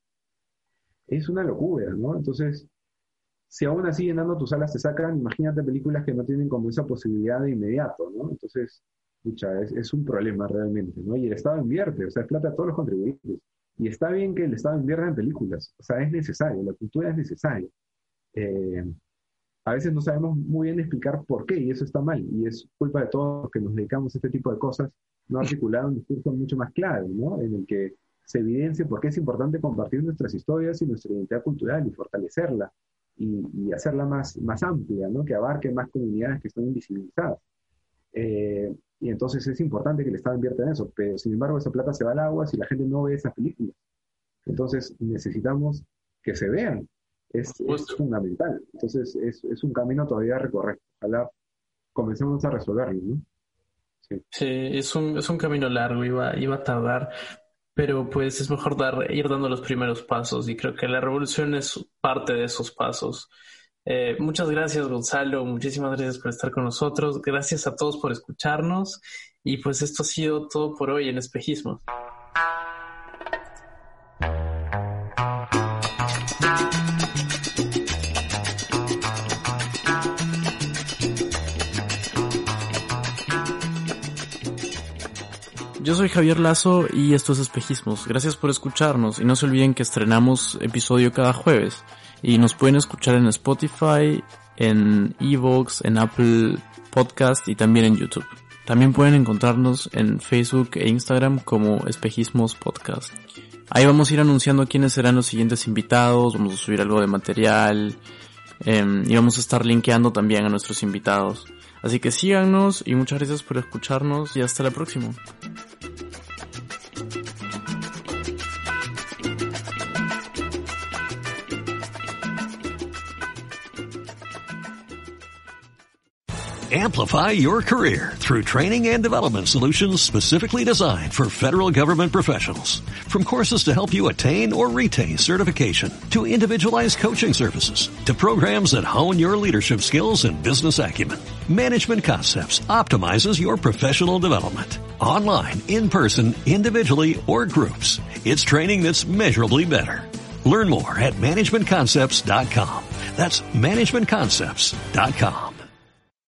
Es una locura, ¿no? Entonces, si aún así llenando tus salas te sacan, imagínate películas que no tienen como esa posibilidad de inmediato, ¿no? Entonces, pucha, es, es un problema realmente, ¿no? Y el Estado invierte, o sea, es plata a todos los contribuyentes. Y está bien que el Estado invierta en películas, o sea, es necesario, la cultura es necesaria. Eh, A veces no sabemos muy bien explicar por qué, y eso está mal, y es culpa de todos los que nos dedicamos a este tipo de cosas, no articular un discurso mucho más claro, ¿no? En el que se evidencie por qué es importante compartir nuestras historias y nuestra identidad cultural y fortalecerla, y, y hacerla más, más amplia, ¿no? Que abarque más comunidades que están invisibilizadas. Eh, y entonces es importante que el Estado invierta en eso, pero sin embargo esa plata se va al agua si la gente no ve esas películas. Entonces necesitamos que se vean. Es, es fundamental. Entonces es, es un camino todavía a recorrer. Ojalá comencemos a resolverlo, ¿no? Sí, sí es, un, es un camino largo, iba, iba a tardar, pero pues es mejor dar, ir dando los primeros pasos, y creo que la revolución es parte de esos pasos. Eh, muchas gracias, Gonzalo, muchísimas gracias por estar con nosotros, gracias a todos por escucharnos, y pues esto ha sido todo por hoy en Espejismo. Yo soy Javier Lazo y esto es Espejismos. Gracias por escucharnos y no se olviden que estrenamos episodio cada jueves y nos pueden escuchar en Spotify, en iVoox, en Apple Podcast y también en YouTube. También pueden encontrarnos en Facebook e Instagram como Espejismos Podcast. Ahí vamos a ir anunciando quiénes serán los siguientes invitados, vamos a subir algo de material eh, y vamos a estar linkeando también a nuestros invitados. Así que síganos y muchas gracias por escucharnos y hasta la próxima. Amplify your career through training and development solutions specifically designed for federal government professionals. From courses to help you attain or retain certification, to individualized coaching services, to programs that hone your leadership skills and business acumen, Management Concepts optimizes your professional development. Online, in person, individually, or groups, it's training that's measurably better. Learn more at management concepts dot com. That's management concepts dot com.